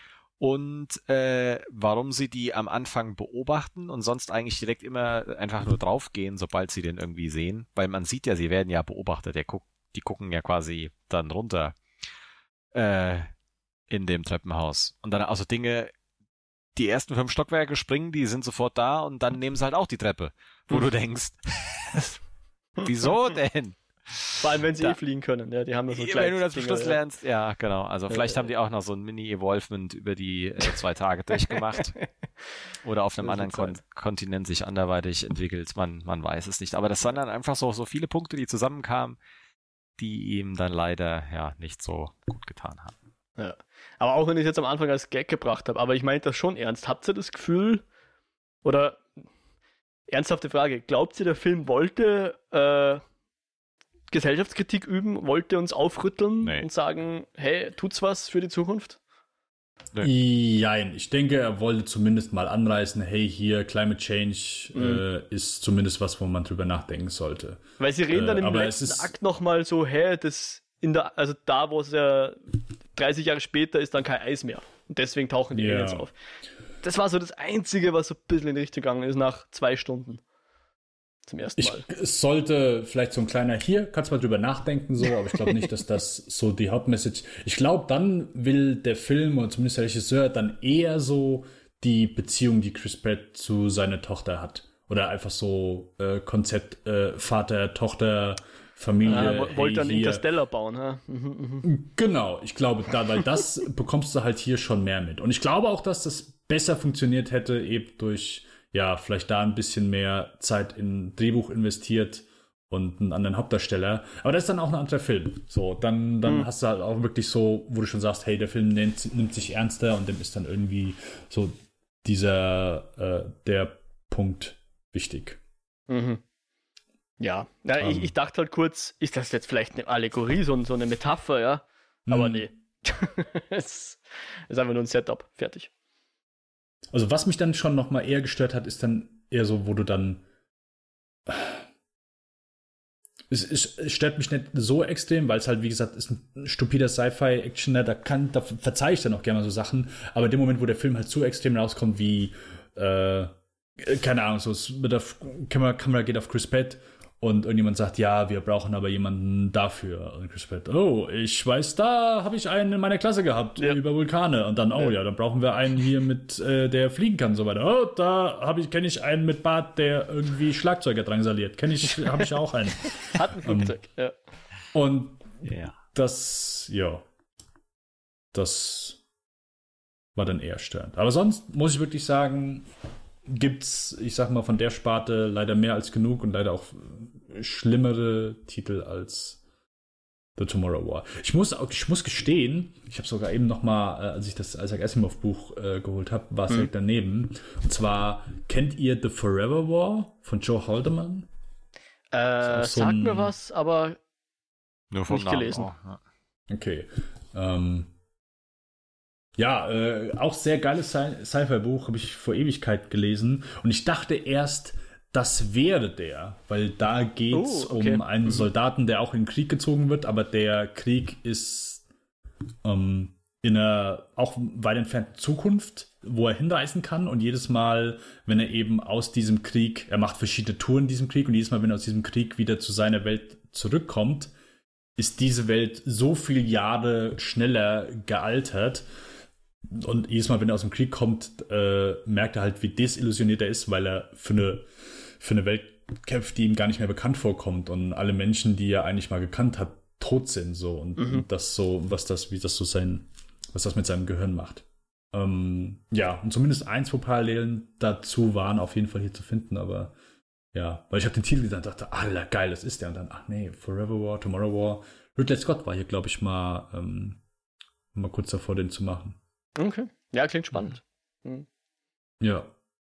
Speaker 3: Und äh, warum sie die am Anfang beobachten und sonst eigentlich direkt immer einfach nur draufgehen, sobald sie den irgendwie sehen. Weil man sieht ja, sie werden ja beobachtet. Der guckt, die gucken ja quasi dann runter. Äh, in dem Treppenhaus. Und dann also Dinge, die ersten fünf Stockwerke springen, die sind sofort da, und dann nehmen sie halt auch die Treppe, wo mhm. du denkst, wieso denn?
Speaker 2: Vor allem, wenn sie da, eh fliegen können, ja, die haben das so
Speaker 3: Wenn du das zum Schluss ja. lernst, ja, genau. Also vielleicht ja, haben die auch noch so ein Mini-Evolvement über die äh, zwei Tage durchgemacht. Oder auf einem anderen Kon- Kontinent sich anderweitig entwickelt, man, man weiß es nicht. Aber das waren dann einfach so, so viele Punkte, die zusammenkamen, die ihm dann leider ja nicht so gut getan haben.
Speaker 2: Ja. Aber auch wenn ich es jetzt am Anfang als Gag gebracht habe, aber ich meine das schon ernst. Habt ihr das Gefühl, oder ernsthafte Frage, glaubt ihr, der Film wollte äh, Gesellschaftskritik üben, wollte uns aufrütteln
Speaker 3: Nee.
Speaker 2: und sagen, hey, tut's was für die Zukunft?
Speaker 3: Nö.
Speaker 1: Jein, ich denke, er wollte zumindest mal anreißen, hey, hier, Climate Change
Speaker 2: Mhm.
Speaker 1: äh, ist zumindest was, wo man drüber nachdenken sollte.
Speaker 2: Weil sie reden
Speaker 1: Äh,
Speaker 2: dann im
Speaker 1: aber es
Speaker 2: letzten
Speaker 1: ist-
Speaker 2: Akt nochmal so, hey, das in der, also da, wo es ja dreißig Jahre später ist, dann kein Eis mehr. Und deswegen tauchen die
Speaker 1: Ja.
Speaker 2: Aliens auf. Das war so das Einzige, was so ein bisschen in die Richtung gegangen ist nach zwei Stunden. Zum ersten
Speaker 1: Ich,
Speaker 2: Mal.
Speaker 1: es sollte vielleicht so ein kleiner, hier, kannst mal drüber nachdenken, so, aber ich glaube nicht, dass das so die Hauptmessage. Ich glaube, dann will der Film oder zumindest der Regisseur dann eher so die Beziehung, die Chris Pratt zu seiner Tochter hat. Oder einfach so äh, Konzept äh, Vater, Tochter, Familie.
Speaker 2: Ah, wo- wollte dann
Speaker 1: hey, hier.
Speaker 2: Interstellar bauen, ha? Mhm, mhm.
Speaker 1: Genau, ich glaube, da, weil das bekommst du halt hier schon mehr mit. Und ich glaube auch, dass das besser funktioniert hätte, eben durch, ja, vielleicht da ein bisschen mehr Zeit in Drehbuch investiert und einen anderen Hauptdarsteller. Aber das ist dann auch ein anderer Film. So, dann, dann
Speaker 2: Hm.
Speaker 1: hast du halt auch wirklich so, wo du schon sagst, hey, der Film nimmt, nimmt sich ernster und dem ist dann irgendwie so dieser, äh, der Punkt wichtig.
Speaker 2: Mhm. Ja, ja ich,
Speaker 1: Ähm.
Speaker 2: ich dachte halt kurz, ist das jetzt vielleicht eine Allegorie, so, so eine Metapher, ja? Aber
Speaker 1: Hm.
Speaker 2: nee. Es ist einfach nur ein Setup. Fertig.
Speaker 1: Also was mich dann schon noch mal eher gestört hat, ist dann eher so, wo du dann es, es, es stört mich nicht so extrem, weil es halt, wie gesagt, ist ein stupider Sci-Fi-Actioner, da kann, da verzeihe ich dann auch gerne mal so Sachen, aber in dem Moment, wo der Film halt zu extrem rauskommt, wie äh, keine Ahnung, so es mit der Kamera, Kamera geht auf Chris Pratt und irgendjemand sagt, ja, wir brauchen aber jemanden dafür. Und Chris Pratt, oh, ich weiß, da habe ich einen in meiner Klasse gehabt,
Speaker 2: Ja.
Speaker 1: über Vulkane. Und dann, oh ja,
Speaker 2: Ja.
Speaker 1: dann brauchen wir einen hier mit, äh, der fliegen kann und so weiter. Oh, da habe ich, kenne ich einen mit Bart, der irgendwie Schlagzeuger drangsaliert. Kenne ich, habe ich auch einen.
Speaker 2: Hat ein Flugzeug, ja.
Speaker 1: Und
Speaker 3: Ja.
Speaker 1: das, ja, das war dann eher störend. Aber sonst muss ich wirklich sagen, gibt's, ich sag mal, von der Sparte leider mehr als genug und leider auch schlimmere Titel als The Tomorrow War. Ich muss auch, ich muss gestehen, ich habe sogar eben noch mal, äh, als ich das Isaac Asimov Buch äh, geholt habe, war es
Speaker 2: Hm.
Speaker 1: direkt daneben. Und zwar, kennt ihr The Forever War von Joe Haldeman?
Speaker 2: Äh,
Speaker 1: auch so
Speaker 2: sagt
Speaker 1: ein-
Speaker 2: mir was, aber
Speaker 3: Nur vom
Speaker 2: Nicht
Speaker 3: Namen
Speaker 2: gelesen.
Speaker 3: auch, ja.
Speaker 1: Okay. Ähm, ja, äh, auch sehr geiles Sci- Sci-Fi-Buch, habe ich vor Ewigkeit gelesen. Und ich dachte erst, das wäre der, weil da geht es
Speaker 2: Oh, okay.
Speaker 1: um einen
Speaker 2: Mhm.
Speaker 1: Soldaten, der auch in den Krieg gezogen wird, aber der Krieg ist ähm, in einer auch weit entfernten Zukunft, wo er hinreisen kann. Und jedes Mal, wenn er eben aus diesem Krieg, er macht verschiedene Touren in diesem Krieg, und jedes Mal, wenn er aus diesem Krieg wieder zu seiner Welt zurückkommt, ist diese Welt so viele Jahre schneller gealtert. Und jedes Mal, wenn er aus dem Krieg kommt, äh, merkt er halt, wie desillusioniert er ist, weil er für eine, für eine Welt kämpft, die ihm gar nicht mehr bekannt vorkommt. Und alle Menschen, die er eigentlich mal gekannt hat, tot sind. So. Und
Speaker 2: Mhm.
Speaker 1: das so, was das, wie das so sein, was das mit seinem Gehirn macht. Ähm, ja, und zumindest ein, zwei Parallelen dazu waren auf jeden Fall hier zu finden, aber ja, weil ich habe den Titel gesagt und dachte, Alter, geil, das ist der. Und dann, ach nee, Forever War, Tomorrow War. Ridley Scott war hier, glaube ich, mal, ähm, mal kurz davor, den zu machen.
Speaker 2: okay. Ja, klingt spannend. Mhm.
Speaker 1: Ja.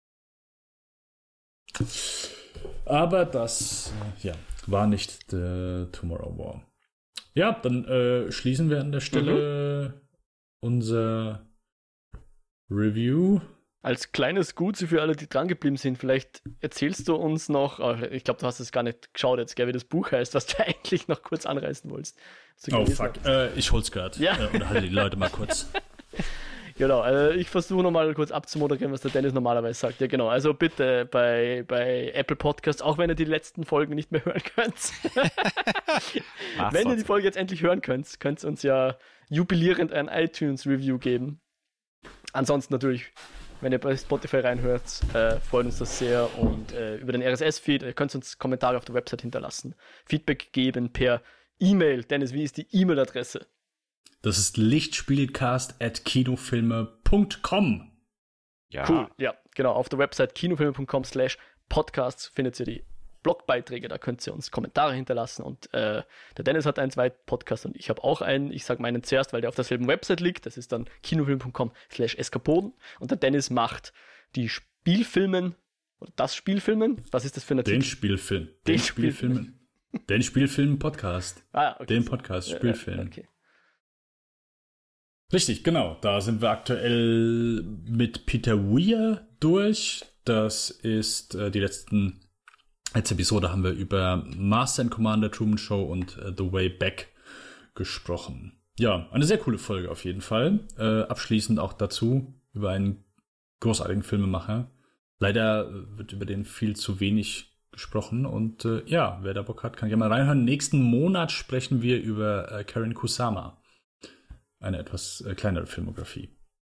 Speaker 1: Aber das, äh, ja, war nicht der Tomorrow War. Ja, dann äh, schließen wir an der Stelle unser Review.
Speaker 2: Als kleines Gut für alle, die dran geblieben sind, vielleicht erzählst du uns noch, äh, ich glaube, du hast es gar nicht geschaut jetzt, gell, wie das Buch heißt, was du eigentlich noch kurz anreißen wolltest. Was du
Speaker 1: Oh,
Speaker 2: gelesen
Speaker 1: fuck.
Speaker 2: hast.
Speaker 1: Äh, ich hol's gerade.
Speaker 2: Ja.
Speaker 1: Äh, oder halte die Leute mal kurz.
Speaker 2: Genau, also ich versuche nochmal kurz abzumoderieren, was der Dennis normalerweise sagt. Ja, genau, also bitte bei, bei Apple Podcasts, auch wenn ihr die letzten Folgen nicht mehr hören könnt.
Speaker 3: Mach's
Speaker 2: Wenn ihr die
Speaker 3: trotzdem.
Speaker 2: Folge jetzt endlich hören könnt, könnt ihr uns ja jubilierend ein iTunes-Review geben. Ansonsten natürlich, wenn ihr bei Spotify reinhört, äh, freut uns das sehr. Und äh, über den R S S-Feed, ihr könnt uns Kommentare auf der Website hinterlassen. Feedback geben per E-Mail. Dennis, wie ist die E-Mail-Adresse?
Speaker 1: Das ist lichtspielcast at kinofilme punkt com.
Speaker 3: Ja.
Speaker 2: Cool, ja, genau. Auf der Website kinofilme punkt com slash podcasts findet ihr die Blogbeiträge, da könnt ihr uns Kommentare hinterlassen und äh, der Dennis hat einen zweiten Podcast und ich habe auch einen. Ich sage meinen zuerst, weil der auf derselben Website liegt. Das ist dann kinofilm punkt com slash eskapoden und der Dennis macht die Spielfilmen, oder das Spielfilmen, was ist das für ein
Speaker 1: Den Spielfilm. Den,
Speaker 2: Den
Speaker 1: Spielfilm. Den Spielfilm-Podcast.
Speaker 2: Ah, okay.
Speaker 1: Den Podcast, Spielfilm.
Speaker 2: Ja, okay.
Speaker 1: Richtig, genau. Da sind wir aktuell mit Peter Weir durch. Das ist äh, die letzten, letzte Episode haben wir über Master and Commander, Truman Show und äh, The Way Back gesprochen. Ja, eine sehr coole Folge auf jeden Fall. Äh, abschließend auch dazu über einen großartigen Filmemacher. Leider wird über den viel zu wenig gesprochen und äh, ja, wer da Bock hat, kann gerne mal reinhören. Nächsten Monat sprechen wir über äh, Karyn Kusama. Eine etwas äh, kleinere Filmografie.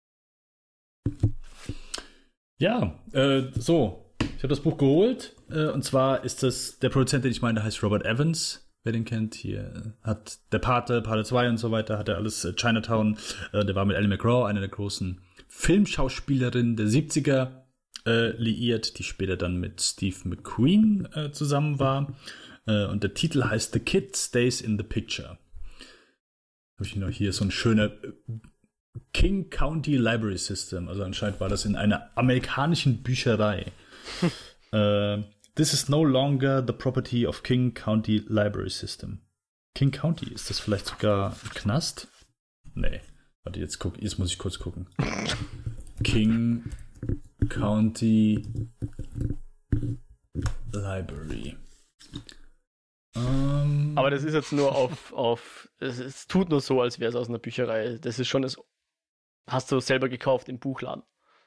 Speaker 1: Ja, äh, so. Ich habe das Buch geholt. Äh, und zwar ist das, der Produzent, den ich meine, der heißt Robert Evans. Wer den kennt, hier hat der Pate, Pate zwei und so weiter, hat er alles, äh, Chinatown. Äh, der war mit Ally McGraw, einer der großen Filmschauspielerinnen der siebziger, äh, liiert, die später dann mit Steve McQueen äh, zusammen war. Äh, und der Titel heißt The Kid Stays in the Picture. Habe ich noch hier so ein schöner King County Library System. Also anscheinend war das in einer amerikanischen Bücherei. uh, this is no longer the property of King County Library System. King County, ist das vielleicht sogar ein Knast? Nee. Warte, jetzt guck, jetzt muss ich kurz gucken. King County Library. Um,
Speaker 2: Aber das ist jetzt nur auf, auf es, es tut nur so, als wäre es aus einer Bücherei. Das ist schon das, hast du selber gekauft im Buchladen?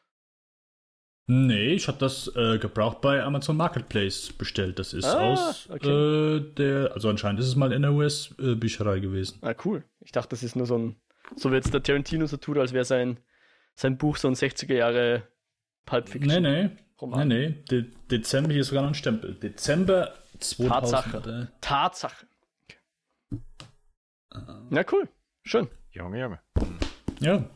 Speaker 1: Nee, ich habe das äh, gebraucht bei Amazon Marketplace bestellt. Das ist
Speaker 2: ah,
Speaker 1: aus
Speaker 2: okay.
Speaker 1: äh, der, also anscheinend ist es mal in der U S-Bücherei gewesen.
Speaker 2: Ah, cool. Ich dachte, das ist nur so ein, so wie jetzt der Tarantino so tut, als wäre sein, sein Buch so ein sechziger Jahre Pulp Fiction.
Speaker 1: Nee, nee.
Speaker 2: Roman.
Speaker 1: Nee, nee. De- Dezember, hier ist sogar noch ein Stempel. Dezember zweitausend.
Speaker 2: Tatsache. Tatsache. Okay. Na cool. Schön.
Speaker 3: Junge, Junge.
Speaker 1: Ja.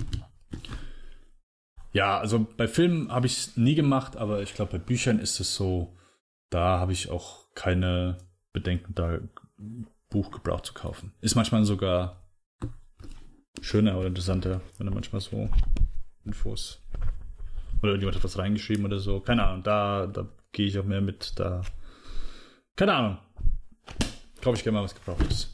Speaker 1: Ja, also bei Filmen habe ich es nie gemacht, aber ich glaube, bei Büchern ist es so, da habe ich auch keine Bedenken, da ein Buch gebraucht zu kaufen. Ist manchmal sogar schöner oder interessanter, wenn da manchmal so Infos oder irgendjemand hat was reingeschrieben oder so. Keine Ahnung, da, da gehe ich auch mehr mit, da keine Ahnung. Kaufe ich gerne mal was Gebrauchtes.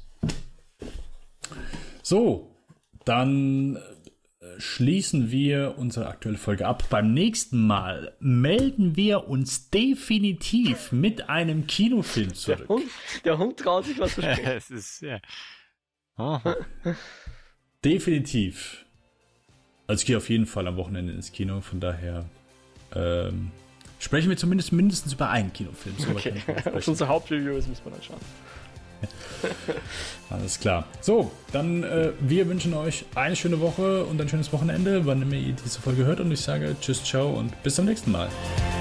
Speaker 1: So, dann schließen wir unsere aktuelle Folge ab. Beim nächsten Mal melden wir uns definitiv mit einem Kinofilm zurück.
Speaker 2: Der Hund, der Hund traut sich was zu sprechen.
Speaker 3: Es ist, ja. Oh.
Speaker 1: Definitiv. Also ich gehe auf jeden Fall am Wochenende ins Kino, von daher ähm, sprechen wir zumindest mindestens über einen Kinofilm. So
Speaker 2: Okay, was unser Hauptreview ist, müssen wir dann schauen.
Speaker 1: Alles klar. So, dann äh, wir wünschen euch eine schöne Woche und ein schönes Wochenende, wann immer ihr diese Folge hört und ich sage tschüss, ciao und bis zum nächsten Mal.